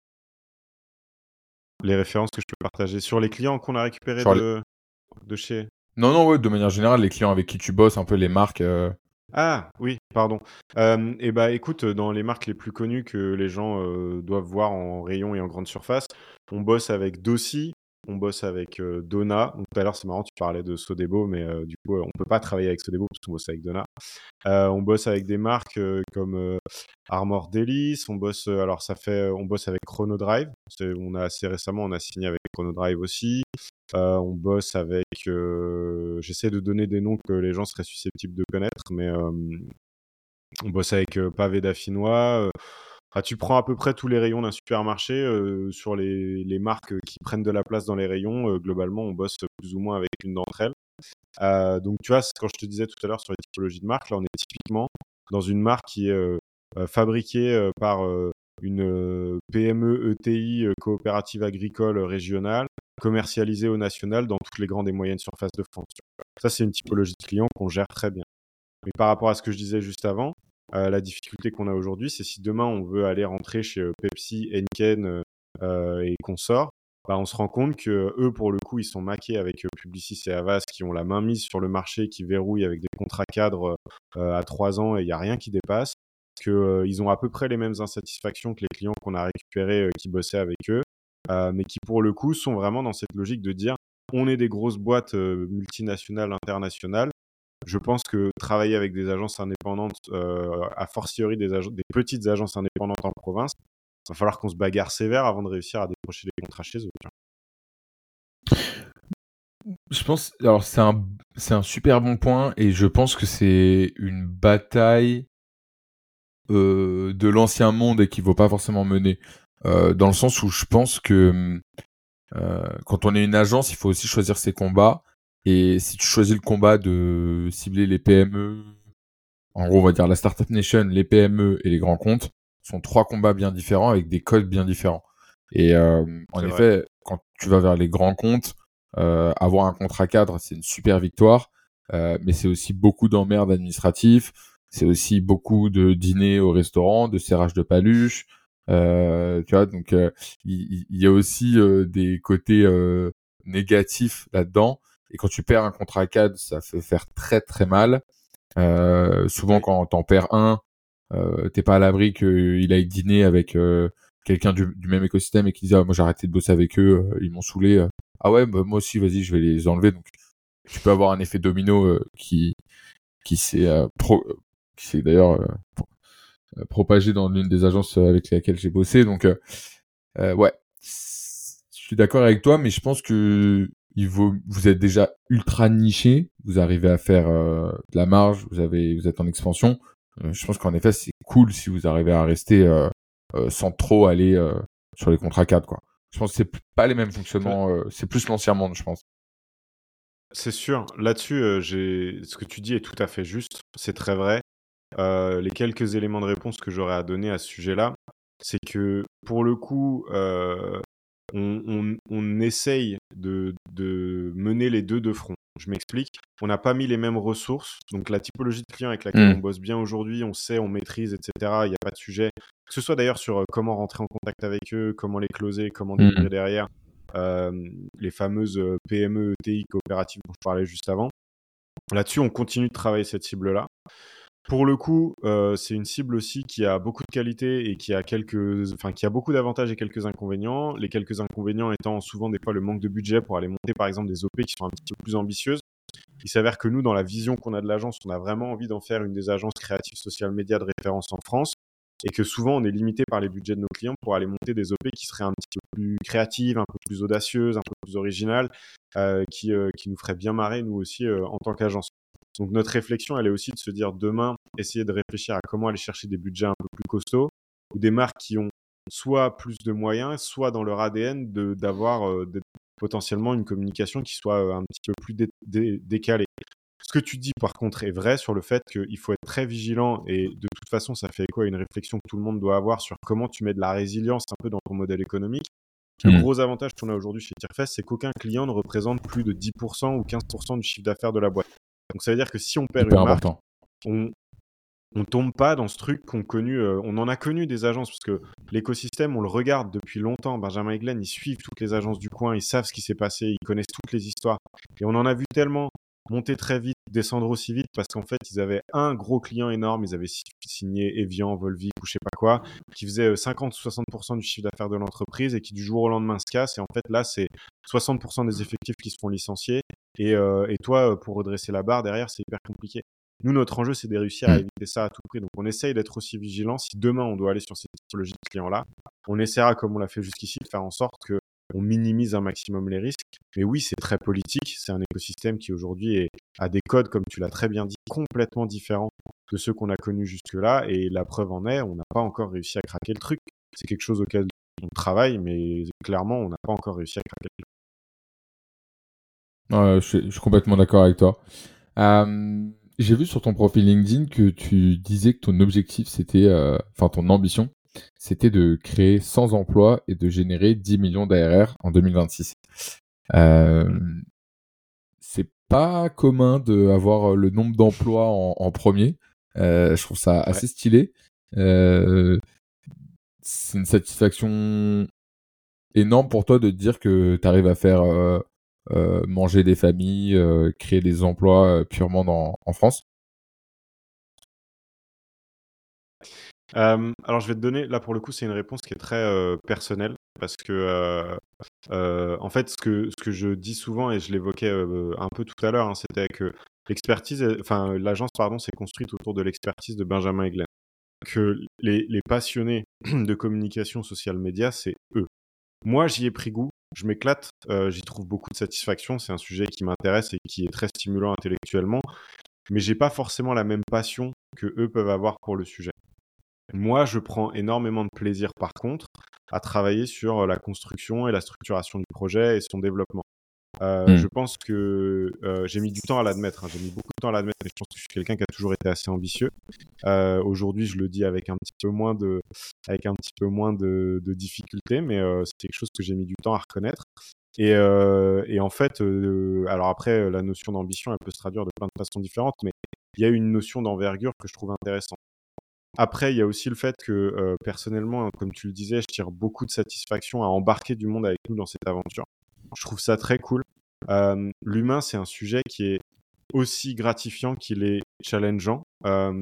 S2: Les références que je peux partager sur les clients qu'on a récupérés
S1: Genre les-
S2: de, de chez...
S1: Non, non, ouais, de manière générale, les clients avec qui tu bosses, un peu les marques. euh,
S2: Ah oui, pardon. Euh, et bah écoute, dans les marques les plus connues que les gens euh, doivent voir en rayon et en grande surface, on bosse avec Dossi, on bosse avec euh, Donna. Donc, tout à l'heure, c'est marrant, tu parlais de Sodebo, mais euh, du coup, euh, on peut pas travailler avec Sodebo parce qu'on bosse avec Donna. Euh, on bosse avec des marques euh, comme euh, Armor Delis. On bosse, euh, alors ça fait, on bosse avec Chronodrive. C'est- On a assez récemment, on a signé avec Chronodrive aussi. Euh, on bosse avec, euh, j'essaie de donner des noms que les gens seraient susceptibles de connaître, mais euh, on bosse avec euh, Pavé d'Affinois. euh, Enfin, tu prends à peu près tous les rayons d'un supermarché euh, sur les, les marques qui prennent de la place dans les rayons. euh, globalement, on bosse plus ou moins avec une d'entre elles. Euh, donc, tu vois, c'est- quand je te disais tout à l'heure sur les typologies de marques, là, on est typiquement dans une marque qui est euh, euh, fabriquée euh, par euh, une euh, P M E E T I euh, coopérative agricole régionale, commercialisée au national dans toutes les grandes et moyennes surfaces de France. Tu vois. Ça, c'est une typologie de client qu'on gère très bien. Mais par rapport à ce que je disais juste avant, euh, la difficulté qu'on a aujourd'hui, c'est si demain on veut aller rentrer chez euh, Pepsi, Henken euh, euh, et consorts, bah, on se rend compte que eux, pour le coup, ils sont maqués avec euh, Publicis et Havas qui ont la main mise sur le marché, qui verrouillent avec des contrats cadres euh, à trois ans et il n'y a rien qui dépasse. Que, euh, ils ont à peu près les mêmes insatisfactions que les clients qu'on a récupérés euh, qui bossaient avec eux, euh, mais qui pour le coup sont vraiment dans cette logique de dire on est des grosses boîtes euh, multinationales, internationales. Je pense que travailler avec des agences indépendantes, euh, a fortiori des, ag- des petites agences indépendantes en province, il va falloir qu'on se bagarre sévère avant de réussir à décrocher des contrats chez eux. Tu
S1: Je pense, alors c'est un, c'est un super bon point et je pense que c'est une bataille euh, de l'ancien monde et qu'il vaut pas forcément mener. Euh, dans le sens où je pense que euh, quand on est une agence, il faut aussi choisir ses combats. Et si tu choisis le combat de cibler les P M E, en gros, on va dire la Startup Nation, les P M E et les grands comptes, sont trois combats bien différents avec des codes bien différents. Et euh, en
S2: C'est vrai.
S1: effet, quand tu vas vers les grands comptes, euh, avoir un contrat cadre, c'est une super victoire. euh, mais c'est aussi beaucoup d'emmerdes administratifs, c'est aussi beaucoup de dîners au restaurant, de serrage de paluche, euh, tu vois, donc euh, il, il y a aussi euh, des côtés euh, négatifs là-dedans, et quand tu perds un contrat cadre, ça fait faire très très mal. Euh, souvent
S2: Oui.
S1: quand t'en perds un, euh, t'es pas à l'abri qu'il aille dîner avec euh, quelqu'un du, du même écosystème et qui dise ah moi j'ai arrêté de bosser avec eux, euh, ils m'ont saoulé. euh. Ah ouais bah, moi aussi vas-y je vais les enlever. Donc tu peux avoir un effet domino euh, qui qui s'est euh, pro qui s'est d'ailleurs euh, pro- euh, propagé dans l'une des agences avec lesquelles j'ai bossé. Donc euh, euh, ouais, je suis d'accord avec toi, mais je pense que il vaut, vous êtes déjà ultra niché, vous arrivez à faire euh, de la marge, vous avez, vous êtes en expansion. Euh, je pense qu'en effet, c'est cool si vous arrivez à rester euh, euh, sans trop aller euh, sur les contrats cadres, quoi. Je pense que c'est p- pas les mêmes fonctionnements, euh, c'est plus l'ancien monde, je pense.
S2: C'est sûr. Là-dessus, euh, j'ai... ce que tu dis est tout à fait juste. C'est très vrai. Euh, les quelques éléments de réponse que j'aurais à donner à ce sujet-là, c'est que pour le coup, euh, on, on- on essaye de, de mener les deux de front. Je m'explique. On n'a pas mis les mêmes ressources. Donc la typologie de clients avec laquelle on
S1: Hmm.
S2: bosse bien aujourd'hui, on sait, on maîtrise, et cetera. Il n'y a pas de sujet. Que ce soit d'ailleurs sur euh, comment rentrer en contact avec eux, comment les closer, comment
S1: Hmm.
S2: délivrer derrière. Euh, les fameuses euh, P M E, E T I coopératives dont je parlais juste avant. Là-dessus, on continue de travailler cette cible-là. Pour le coup, euh, c'est une cible aussi qui a beaucoup de qualités et qui a quelques, enfin, qui a beaucoup d'avantages et quelques inconvénients. Les quelques inconvénients étant souvent des fois le manque de budget pour aller monter par exemple des O P qui sont un petit peu plus ambitieuses. Il s'avère que nous, dans la vision qu'on a de l'agence, on a vraiment envie d'en faire une des agences créatives social média de référence en France et que souvent on est limité par les budgets de nos clients pour aller monter des O P qui seraient un petit peu plus créatives, un peu plus audacieuses, un peu plus originales, euh, qui, euh, qui nous feraient bien marrer nous aussi euh, en tant qu'agence. Donc notre réflexion, elle est aussi de se dire demain, essayer de réfléchir à comment aller chercher des budgets un peu plus costauds ou des marques qui ont soit plus de moyens, soit dans leur A D N de, d'avoir euh, de- potentiellement une communication qui soit euh, un petit peu plus dé- dé- décalée. Ce que tu dis par contre est vrai sur le fait qu'il faut être très vigilant et de toute façon ça fait écho à une réflexion que tout le monde doit avoir sur comment tu mets de la résilience un peu dans ton modèle économique. Le
S1: Hmm.
S2: gros avantage qu'on a aujourd'hui chez Tirefest, c'est qu'aucun client ne représente plus de dix pour cent ou quinze pour cent du chiffre d'affaires de la boîte. Donc ça veut dire que si on perd
S1: Hyper
S2: une marque,
S1: important.
S2: on on tombe pas dans ce truc qu'on connu, euh, on en a connu des agences parce que l'écosystème, on le regarde depuis longtemps. Benjamin et Glenn, ils suivent toutes les agences du coin, ils savent ce qui s'est passé, ils connaissent toutes les histoires. Et on en a vu tellement monter très vite, descendre aussi vite parce qu'en fait, ils avaient un gros client énorme, ils avaient si- signé Evian, Volvic ou je sais pas quoi, qui faisait euh, cinquante ou soixante pour cent du chiffre d'affaires de l'entreprise et qui du jour au lendemain se casse. Et en fait, là, c'est soixante pour cent des effectifs qui se font licencier. Et, euh, et toi, euh, pour redresser la barre derrière, c'est hyper compliqué. Nous, notre enjeu, c'est de réussir à
S1: Hmm.
S2: éviter ça à tout prix. Donc, on essaye d'être aussi vigilant. Si demain, on doit aller sur cette typologie de clients-là, on essaiera, comme on l'a fait jusqu'ici, de faire en sorte que on minimise un maximum les risques. Mais oui, c'est très politique. C'est un écosystème qui aujourd'hui est- a des codes, comme tu l'as très bien dit, complètement différents de ceux qu'on a connus jusque-là. Et la preuve en est, on n'a pas encore réussi à craquer le truc. C'est quelque chose auquel on travaille, mais clairement, on n'a pas encore réussi à craquer le
S1: Ouais, je, suis, je suis complètement d'accord avec toi. Euh, j'ai vu sur ton profil LinkedIn que tu disais que ton objectif, c'était, euh, enfin ton ambition, c'était de créer cent emplois et de générer dix millions d'A R R en deux mille vingt-six. Euh,
S2: truc.
S1: c'est pas commun d'avoir le nombre d'emplois en, en premier. Euh, je trouve ça
S2: Ouais.
S1: assez stylé. Euh, c'est une satisfaction énorme pour toi de te dire que tu arrives à faire euh, euh, manger des familles, euh, créer des emplois euh, purement dans, en France.
S2: Euh, alors, je vais te donner, là pour le coup, c'est une réponse qui est très euh, personnelle parce que, euh, euh, en fait, ce que, ce que je dis souvent et je l'évoquais euh, un peu tout à l'heure, hein, c'était que l'expertise, euh, enfin, l'agence, pardon, s'est construite autour de l'expertise de Benjamin et Glenn. Que les, les passionnés de communication social média, c'est eux. Moi, j'y ai pris goût, je m'éclate, euh, j'y trouve beaucoup de satisfaction. C'est un sujet qui m'intéresse et qui est très stimulant intellectuellement, mais j'ai pas forcément la même passion que eux peuvent avoir pour le sujet. Moi, je prends énormément de plaisir, par contre, à travailler sur la construction et la structuration du projet et son développement. Euh,
S1: Hmm.
S2: je pense que euh, j'ai mis du temps à l'admettre, hein, j'ai mis beaucoup de temps à l'admettre, mais je pense que je suis quelqu'un qui a toujours été assez ambitieux. Euh, aujourd'hui, je le dis avec un petit peu moins de, avec un petit peu moins de, de difficulté, mais euh, c'est quelque chose que j'ai mis du temps à reconnaître. Et, euh, et en fait, euh, alors après, la notion d'ambition, elle peut se traduire de plein de façons différentes, mais il y a une notion d'envergure que je trouve intéressante. Après, il y a aussi le fait que, euh, personnellement, comme tu le disais, je tire beaucoup de satisfaction à embarquer du monde avec nous dans cette aventure. Je trouve ça très cool. Euh, l'humain, c'est un sujet qui est aussi gratifiant qu'il est challengeant. Euh,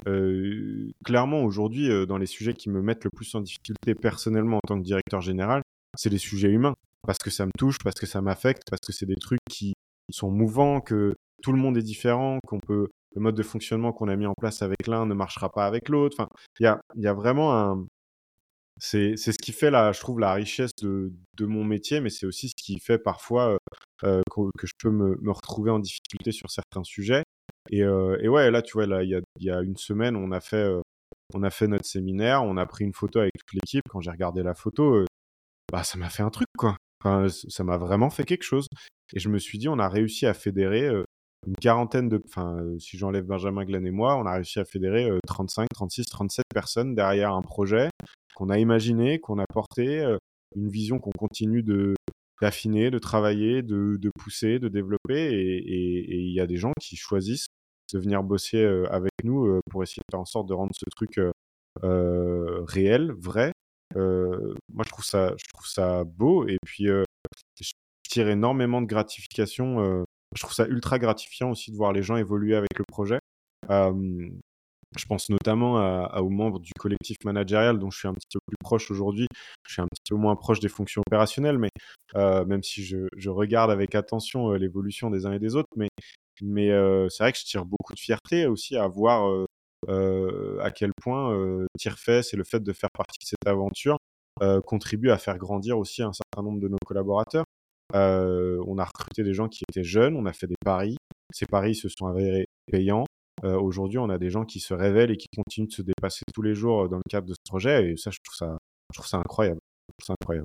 S2: euh, clairement, aujourd'hui, euh, dans les sujets qui me mettent le plus en difficulté personnellement en tant que directeur général, c'est les sujets humains. Parce que ça me touche, parce que ça m'affecte, parce que c'est des trucs qui sont mouvants, que tout le monde est différent, qu'on peut, le mode de fonctionnement qu'on a mis en place avec l'un ne marchera pas avec l'autre. Enfin, il y a, il y a vraiment un, c'est, c'est ce qui fait, la, je trouve, la richesse de, de mon métier, mais c'est aussi ce qui fait parfois euh, euh, que, que je peux me, me retrouver en difficulté sur certains sujets. Et, euh, et ouais, là, tu vois, là, il y a, il y a une semaine, on a fait, euh, on a fait notre séminaire, on a pris une photo avec toute l'équipe. Quand j'ai regardé la photo, euh, bah, ça m'a fait un truc, quoi. Enfin, ça m'a vraiment fait quelque chose. Et je me suis dit, on a réussi à fédérer euh, une quarantaine de... Enfin, euh, si j'enlève Benjamin Glenn et moi, on a réussi à fédérer euh, trente-cinq, trente-six, trente-sept personnes derrière un projet qu'on a imaginé, qu'on a porté, euh, une vision qu'on continue de d'affiner, de travailler, de, de pousser, de développer. Et il y a des gens qui choisissent de venir bosser euh, avec nous euh, pour essayer de faire en sorte de rendre ce truc euh, euh, réel, vrai. Euh, moi, je trouve ça, je trouve ça beau. Et puis, euh, je tire énormément de gratification. Euh, je trouve ça ultra gratifiant aussi de voir les gens évoluer avec le projet. Euh, je pense notamment à, à, aux membres du collectif managérial dont je suis un petit peu plus proche aujourd'hui. Je suis un petit peu moins proche des fonctions opérationnelles, mais euh, même si je, je regarde avec attention euh, l'évolution des uns et des autres, mais, mais euh, c'est vrai que je tire beaucoup de fierté aussi à voir euh, euh, à quel point euh, Tirefest et le fait de faire partie de cette aventure euh, contribue à faire grandir aussi un certain nombre de nos collaborateurs. Euh, on a recruté des gens qui étaient jeunes, on a fait des paris. Ces paris se sont avérés payants. Euh, aujourd'hui, on a des gens qui se révèlent et qui continuent de se dépasser tous les jours dans le cadre de ce projet. Et ça, je trouve ça, je trouve ça incroyable. Je trouve ça incroyable.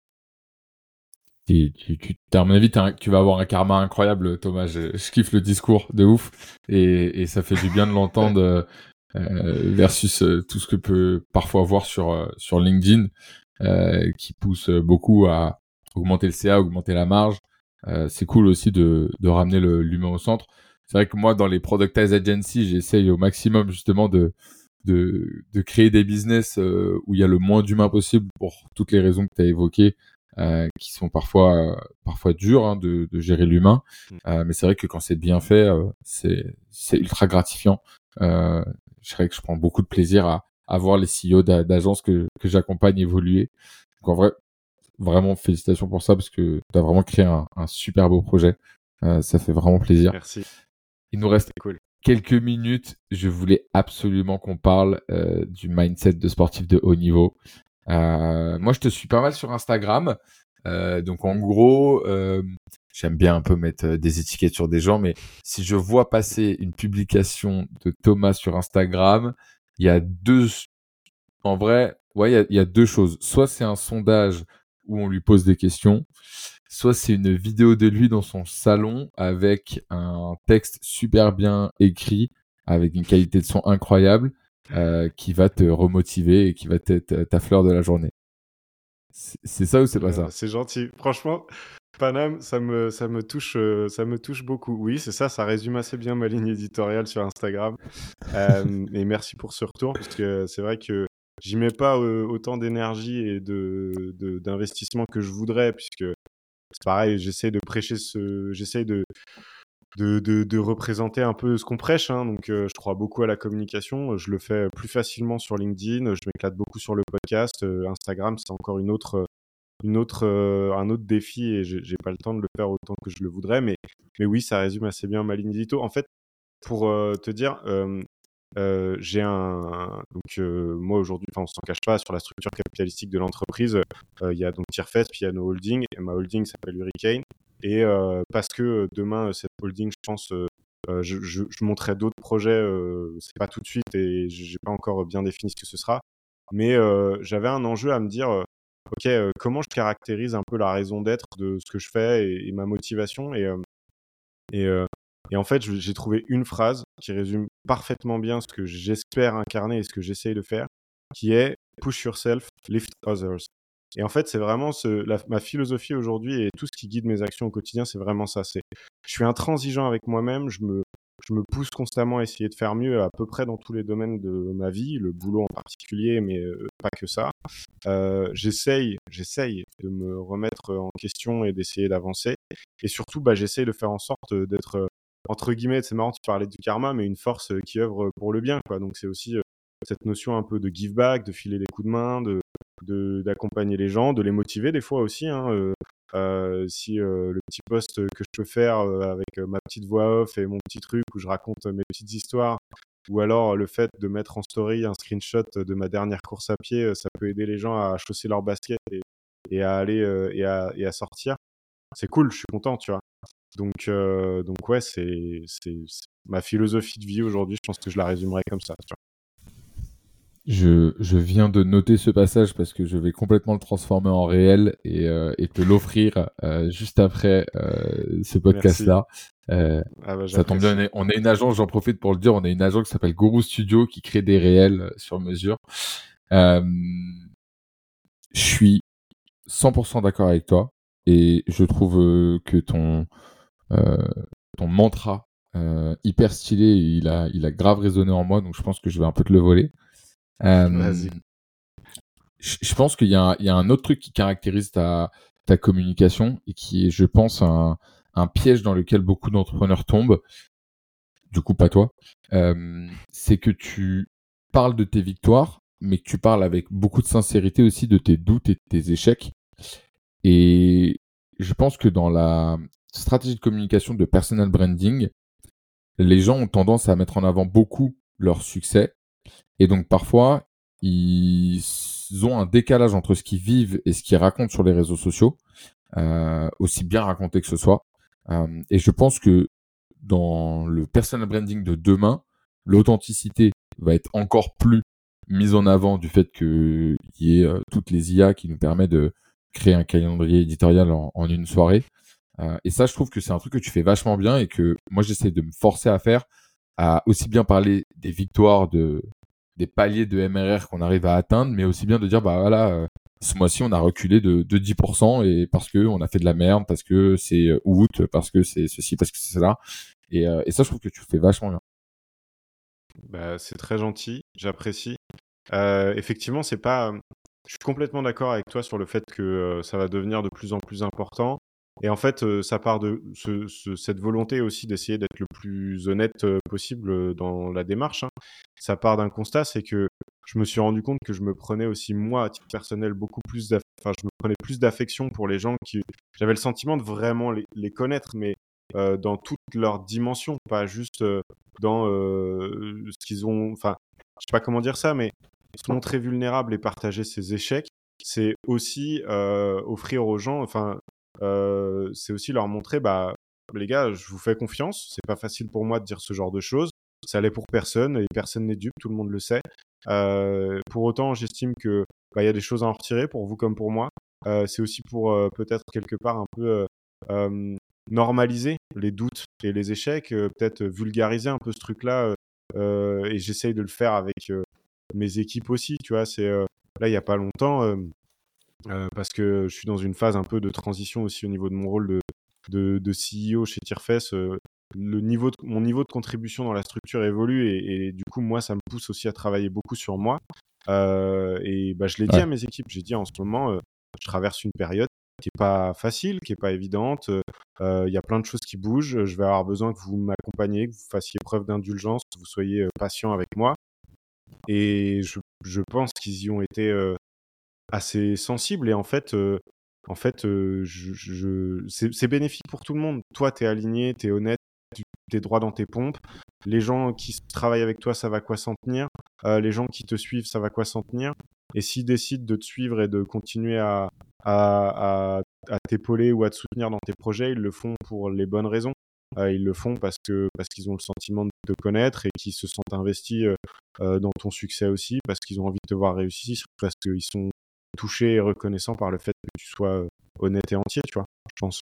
S1: Tu, tu, tu, à mon avis, un, tu vas avoir un karma incroyable, Thomas. Je, je kiffe le discours de ouf. Et, et ça fait du bien de l'entendre euh, versus euh, tout ce que peut parfois voir sur, euh, sur LinkedIn, euh, qui pousse beaucoup à augmenter le C A, augmenter la marge. Euh, c'est cool aussi de, de ramener le, l'humain au centre. C'est vrai que moi, dans les Productize Agency, j'essaye au maximum justement de, de, de créer des business euh, où il y a le moins d'humains possible pour toutes les raisons que tu as évoquées, euh, qui sont parfois, euh, parfois dures hein, de, de gérer l'humain. Euh, mais c'est vrai que quand c'est bien fait, euh, c'est, c'est ultra gratifiant. Euh, je dirais que je prends beaucoup de plaisir à, à voir les C E O d'a- d'agences que, que j'accompagne évoluer. Donc en vrai, vraiment félicitations pour ça parce que tu as vraiment créé un, un super beau projet. Euh, ça fait vraiment plaisir.
S2: Merci.
S1: Il nous reste
S2: cool.
S1: quelques minutes. Je voulais absolument qu'on parle euh, du mindset de sportif de haut niveau. Euh, moi, je te suis pas mal sur Instagram. Euh, donc, en gros, euh, j'aime bien un peu mettre des étiquettes sur des gens, mais si je vois passer une publication de Thomas sur Instagram, il y a deux... En vrai, ouais, il y a, il y a deux choses. Soit c'est un sondage où on lui pose des questions, soit c'est une vidéo de lui dans son salon avec un texte super bien écrit, avec une qualité de son incroyable, euh, qui va te remotiver et qui va être ta fleur de la journée. C'est, c'est ça ou c'est pas
S2: Euh,
S1: ça?
S2: c'est gentil. Franchement, Paname, ça me, ça me touche, euh, ça me touche beaucoup. Oui, c'est ça, ça résume assez bien ma ligne éditoriale sur Instagram. Euh, et merci pour ce retour, parce que c'est vrai que j'y mets pas euh, autant d'énergie et de, de- d'investissement que je voudrais, puisque c'est pareil, j'essaie de prêcher ce, j'essaie de, de, de, de représenter un peu ce qu'on prêche, hein. Donc, euh, je crois beaucoup à la communication. Je le fais plus facilement sur LinkedIn. Je m'éclate beaucoup sur le podcast. Euh, Instagram, c'est encore une autre, une autre, euh, un autre défi et j'ai j'ai pas le temps de le faire autant que je le voudrais. Mais, mais oui, ça résume assez bien ma ligne édito. En fait, pour euh, te dire, euh, euh, j'ai un donc euh, moi aujourd'hui, enfin on s'en cache pas sur la structure capitalistique de l'entreprise. euh, Il y a donc Tirefest, puis il y a nos holdings. Et ma holding s'appelle Hurricane. Et euh, parce que euh, demain cette holding, je pense, euh, euh, je, je, je monterai d'autres projets. Euh, c'est pas tout de suite et j'ai pas encore bien défini ce que ce sera. Mais euh, j'avais un enjeu à me dire. Euh, ok, euh, comment je caractérise un peu la raison d'être de ce que je fais et, et ma motivation. Et, euh, et, euh, et en fait, je- j'ai trouvé une phrase qui résume parfaitement bien ce que j'espère incarner et ce que j'essaye de faire, qui est push yourself, lift others. Et en fait, c'est vraiment ce, la, ma philosophie aujourd'hui et tout ce qui guide mes actions au quotidien, c'est vraiment ça. C'est, je suis intransigeant avec moi-même, je me, je me pousse constamment à essayer de faire mieux à peu près dans tous les domaines de ma vie, le boulot en particulier, mais euh, pas que ça. Euh, j'essaye, j'essaye de me remettre en question et d'essayer d'avancer. Et surtout, bah, j'essaye de faire en sorte d'être, euh, entre guillemets, c'est marrant, tu parlais du karma, mais une force qui œuvre pour le bien, quoi. Donc c'est aussi euh, cette notion un peu de give back, de filer des coups de main, de, de d'accompagner les gens, de les motiver des fois aussi. Hein, euh, euh, si euh, le petit post que je peux faire euh, avec euh, ma petite voix off et mon petit truc où je raconte euh, mes petites histoires, ou alors le fait de mettre en story un screenshot de ma dernière course à pied, euh, ça peut aider les gens à chausser leurs baskets et, et à aller euh, et, à, et à sortir. C'est cool, je suis content, tu vois. Donc, euh, donc ouais, c'est, c'est, c'est ma philosophie de vie aujourd'hui. Je pense que je la résumerai comme ça. Tu vois.
S1: Je, je viens de noter ce passage parce que je vais complètement le transformer en réel et, euh, et te l'offrir euh, juste après euh, ce
S2: Merci.
S1: podcast-là. Euh,
S2: Ah bah,
S1: ça tombe bien, on
S2: j'apprécie.
S1: est, on est une agence, j'en profite pour le dire, on est une agence qui s'appelle Guru Studio qui crée des réels euh, sur mesure. Euh, je suis cent pour cent d'accord avec toi et je trouve euh, que ton, euh, ton mantra euh, hyper stylé, il a, il a grave résonné en moi, donc je pense que je vais un peu te le voler. Euh,
S2: Vas-y.
S1: je je pense qu'il y a, un, il y a un autre truc qui caractérise ta, ta communication et qui est, je pense, un, un piège dans lequel beaucoup d'entrepreneurs tombent, du coup pas toi, euh, c'est que tu parles de tes victoires, mais que tu parles avec beaucoup de sincérité aussi de tes doutes et de tes échecs. Et je pense que dans la stratégie de communication de personal branding, les gens ont tendance à mettre en avant beaucoup leur succès. Et donc parfois, ils ont un décalage entre ce qu'ils vivent et ce qu'ils racontent sur les réseaux sociaux, euh, aussi bien raconté que ce soit. Euh, et je pense que dans le personal branding de demain, l'authenticité va être encore plus mise en avant du fait qu'il y ait euh, toutes les I A qui nous permettent de créer un calendrier éditorial en, en une soirée. Euh, et ça, je trouve que c'est un truc que tu fais vachement bien et que moi, j'essaie de me forcer à faire, à aussi bien parler des victoires, de, des paliers de M R R qu'on arrive à atteindre, mais aussi bien de dire, bah voilà, euh, ce mois-ci, on a reculé de, de dix pour cent et parce que on a fait de la merde, parce que c'est août, parce que c'est ceci, parce que c'est cela. Et, euh, et ça, je trouve que tu fais vachement bien.
S2: Bah, c'est très gentil, j'apprécie. Euh, effectivement, c'est pas. Je suis complètement d'accord avec toi sur le fait que euh, ça va devenir de plus en plus important. Et en fait, euh, ça part de ce, ce- cette volonté aussi d'essayer d'être le plus honnête euh, possible euh, dans la démarche. Hein. Ça part d'un constat, c'est que je me suis rendu compte que je me prenais aussi moi, à titre personnel, beaucoup plus, d'aff- enfin, je me prenais plus d'affection pour les gens qui. J'avais le sentiment de vraiment les, les connaître, mais euh, dans toutes leurs dimensions, pas juste euh, dans euh, ce qu'ils ont. Enfin, je sais pas comment dire ça, mais se montrer vulnérable et partager ses échecs, c'est aussi euh, offrir aux gens, enfin, euh, c'est aussi leur montrer, bah, les gars, je vous fais confiance, c'est pas facile pour moi de dire ce genre de choses, ça l'est pour personne et personne n'est dupe, tout le monde le sait. Euh, pour autant, j'estime que bah, y a des choses à en retirer pour vous comme pour moi. Euh, c'est aussi pour euh, peut-être quelque part un peu euh, euh, normaliser les doutes et les échecs, euh, peut-être vulgariser un peu ce truc-là. Euh, et j'essaye de le faire avec euh, mes équipes aussi, tu vois. C'est euh, là, il y a pas longtemps, euh, euh, parce que je suis dans une phase un peu de transition aussi au niveau de mon rôle de, de, de C E O chez Tirefest. Euh, le niveau de, mon niveau de contribution dans la structure évolue et, et du coup, moi, ça me pousse aussi à travailler beaucoup sur moi. Euh, et bah, je l'ai dit
S1: Ouais.
S2: à mes équipes, j'ai dit en ce moment, euh, je traverse une période qui est pas facile, qui est pas évidente. Euh, Il y a plein de choses qui bougent. Je vais avoir besoin que vous m'accompagniez, que vous fassiez preuve d'indulgence, que vous soyez euh, patient avec moi. Et je, je pense qu'ils y ont été euh, assez sensibles. Et en fait, euh, en fait euh, je, je, c'est, c'est bénéfique pour tout le monde. Toi, tu es aligné, tu es honnête, tu es droit dans tes pompes. Les gens qui s- travaillent avec toi, ça va quoi s'en tenir. Euh, les gens qui te suivent, ça va quoi s'en tenir. Et s'ils décident de te suivre et de continuer à, à, à, à t'épauler ou à te soutenir dans tes projets, ils le font pour les bonnes raisons. Euh, ils le font parce que parce qu'ils ont le sentiment de te connaître et qu'ils se sentent investis euh, euh, dans ton succès aussi, parce qu'ils ont envie de te voir réussir, parce qu'ils sont touchés et reconnaissants par le fait que tu sois euh, honnête et entier, tu vois, je pense.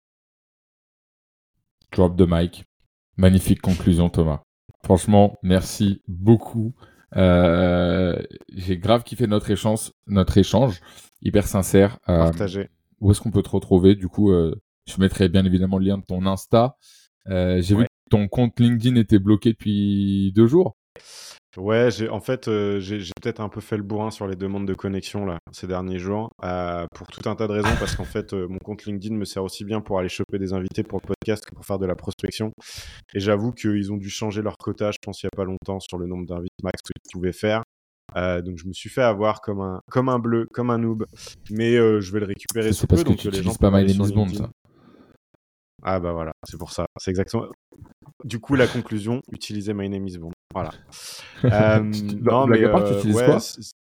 S1: Drop the mic. Magnifique conclusion, Thomas. Franchement, merci beaucoup. Euh, j'ai grave kiffé notre échange, notre échange, hyper sincère. Euh,
S2: Partagé.
S1: où est-ce qu'on peut te retrouver? Du coup, euh, je mettrai bien évidemment le lien de ton Insta. Euh, j'ai
S2: Ouais.
S1: vu que ton compte LinkedIn était bloqué depuis deux jours.
S2: Ouais, j'ai en fait, euh, j'ai j'ai peut-être un peu fait le bourrin sur les demandes de connexion là ces derniers jours, euh, pour tout un tas de raisons, parce qu'en fait, euh, mon compte LinkedIn me sert aussi bien pour aller choper des invités pour le podcast que pour faire de la prospection. Et j'avoue qu'ils ont dû changer leur quota, je pense, il y a pas longtemps, sur le nombre d'invités max que tu pouvais faire. Euh, donc je me suis fait avoir comme un, comme un bleu, comme un noob, mais euh, je vais le récupérer
S1: Ça,
S2: sous
S1: c'est parce
S2: peu,
S1: que
S2: donc
S1: tu
S2: euh, les gens
S1: utilises pas
S2: peuvent
S1: My
S2: aller
S1: Name
S2: sur
S1: is Bond,
S2: LinkedIn.
S1: ça.
S2: Ah bah voilà, c'est pour ça, c'est exactement. Du coup, la conclusion, utilisez My Name is Bond. Voilà. Euh,
S1: Non,
S2: non, mais
S1: blague à part, tu
S2: euh,
S1: utilises
S2: ouais.
S1: quoi?
S2: c'est-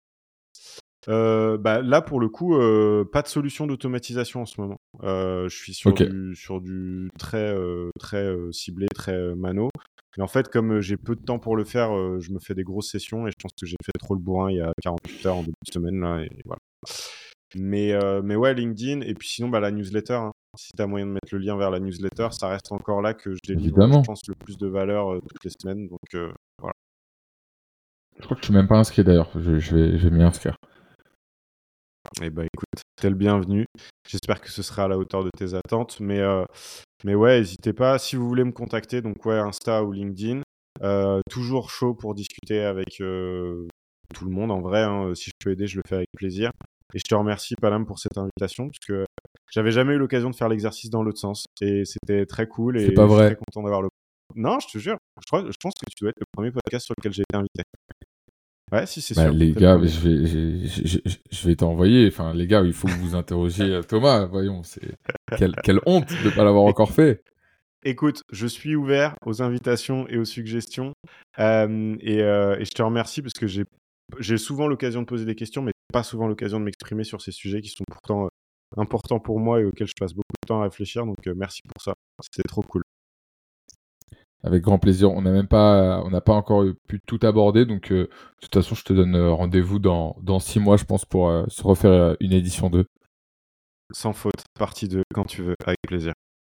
S2: euh, bah, là, pour le coup, euh, pas de solution d'automatisation en ce moment. Euh, je suis sur
S1: Ok.
S2: du, sur du très, euh, très euh, ciblé, très euh, mano. Mais en fait, comme euh, j'ai peu de temps pour le faire, euh, je me fais des grosses sessions et je pense que j'ai fait trop le bourrin il y a quarante-huit heures en début de semaine. Là, et voilà. Mais, euh, mais ouais, LinkedIn. Et puis sinon, bah, la newsletter. Hein. Si tu as moyen de mettre le lien vers la newsletter, ça reste encore là que je délivre, je
S1: Évidemment.
S2: pense, le plus de valeur euh, toutes les semaines. Donc euh, voilà.
S1: Je crois que je suis même pas inscrit d'ailleurs. Je, je vais, je vais m'y inscrire.
S2: Et bah écoute, t'es le bienvenu. J'espère que ce sera à la hauteur de tes attentes. Mais, euh, mais ouais, n'hésitez pas. Si vous voulez me contacter, donc ouais, Insta ou LinkedIn. Euh, toujours chaud pour discuter avec euh, tout le monde en vrai. Hein. Si je peux aider, je le fais avec plaisir. Et je te remercie, Palam, pour cette invitation, puisque j'avais jamais eu l'occasion de faire l'exercice dans l'autre sens. Et c'était très cool
S1: C'est pas
S2: et je suis très
S1: vrai.
S2: content d'avoir le. Non, je te jure. Je, crois, je pense que tu dois être le premier podcast sur lequel j'ai été invité. Ouais, si, c'est
S1: Bah,
S2: sûr.
S1: les
S2: T'es le
S1: gars,
S2: premier.
S1: je vais, je, je- je- je vais t'envoyer. Enfin, les gars, il faut que vous interrogiez euh, Thomas. Voyons, c'est quelle, quelle honte de pas l'avoir encore fait.
S2: Écoute, je suis ouvert aux invitations et aux suggestions. Euh, et, euh, et je te remercie parce que j'ai, j'ai souvent l'occasion de poser des questions, mais pas souvent l'occasion de m'exprimer sur ces sujets qui sont pourtant euh, importants pour moi et auxquels je passe beaucoup de temps à réfléchir. Donc, euh, merci pour ça. C'était trop cool.
S1: Avec grand plaisir. On n'a même pas, on n'a pas encore pu tout aborder. Donc, euh, de toute façon, je te donne euh, rendez-vous dans, dans six mois, je pense, pour euh, se refaire euh, une édition deux.
S2: Sans faute, partie deux, quand tu veux, avec plaisir.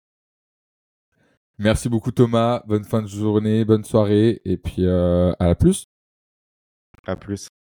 S1: Merci beaucoup, Thomas. Bonne fin de journée, bonne soirée. Et puis, euh, à la plus.
S2: À plus.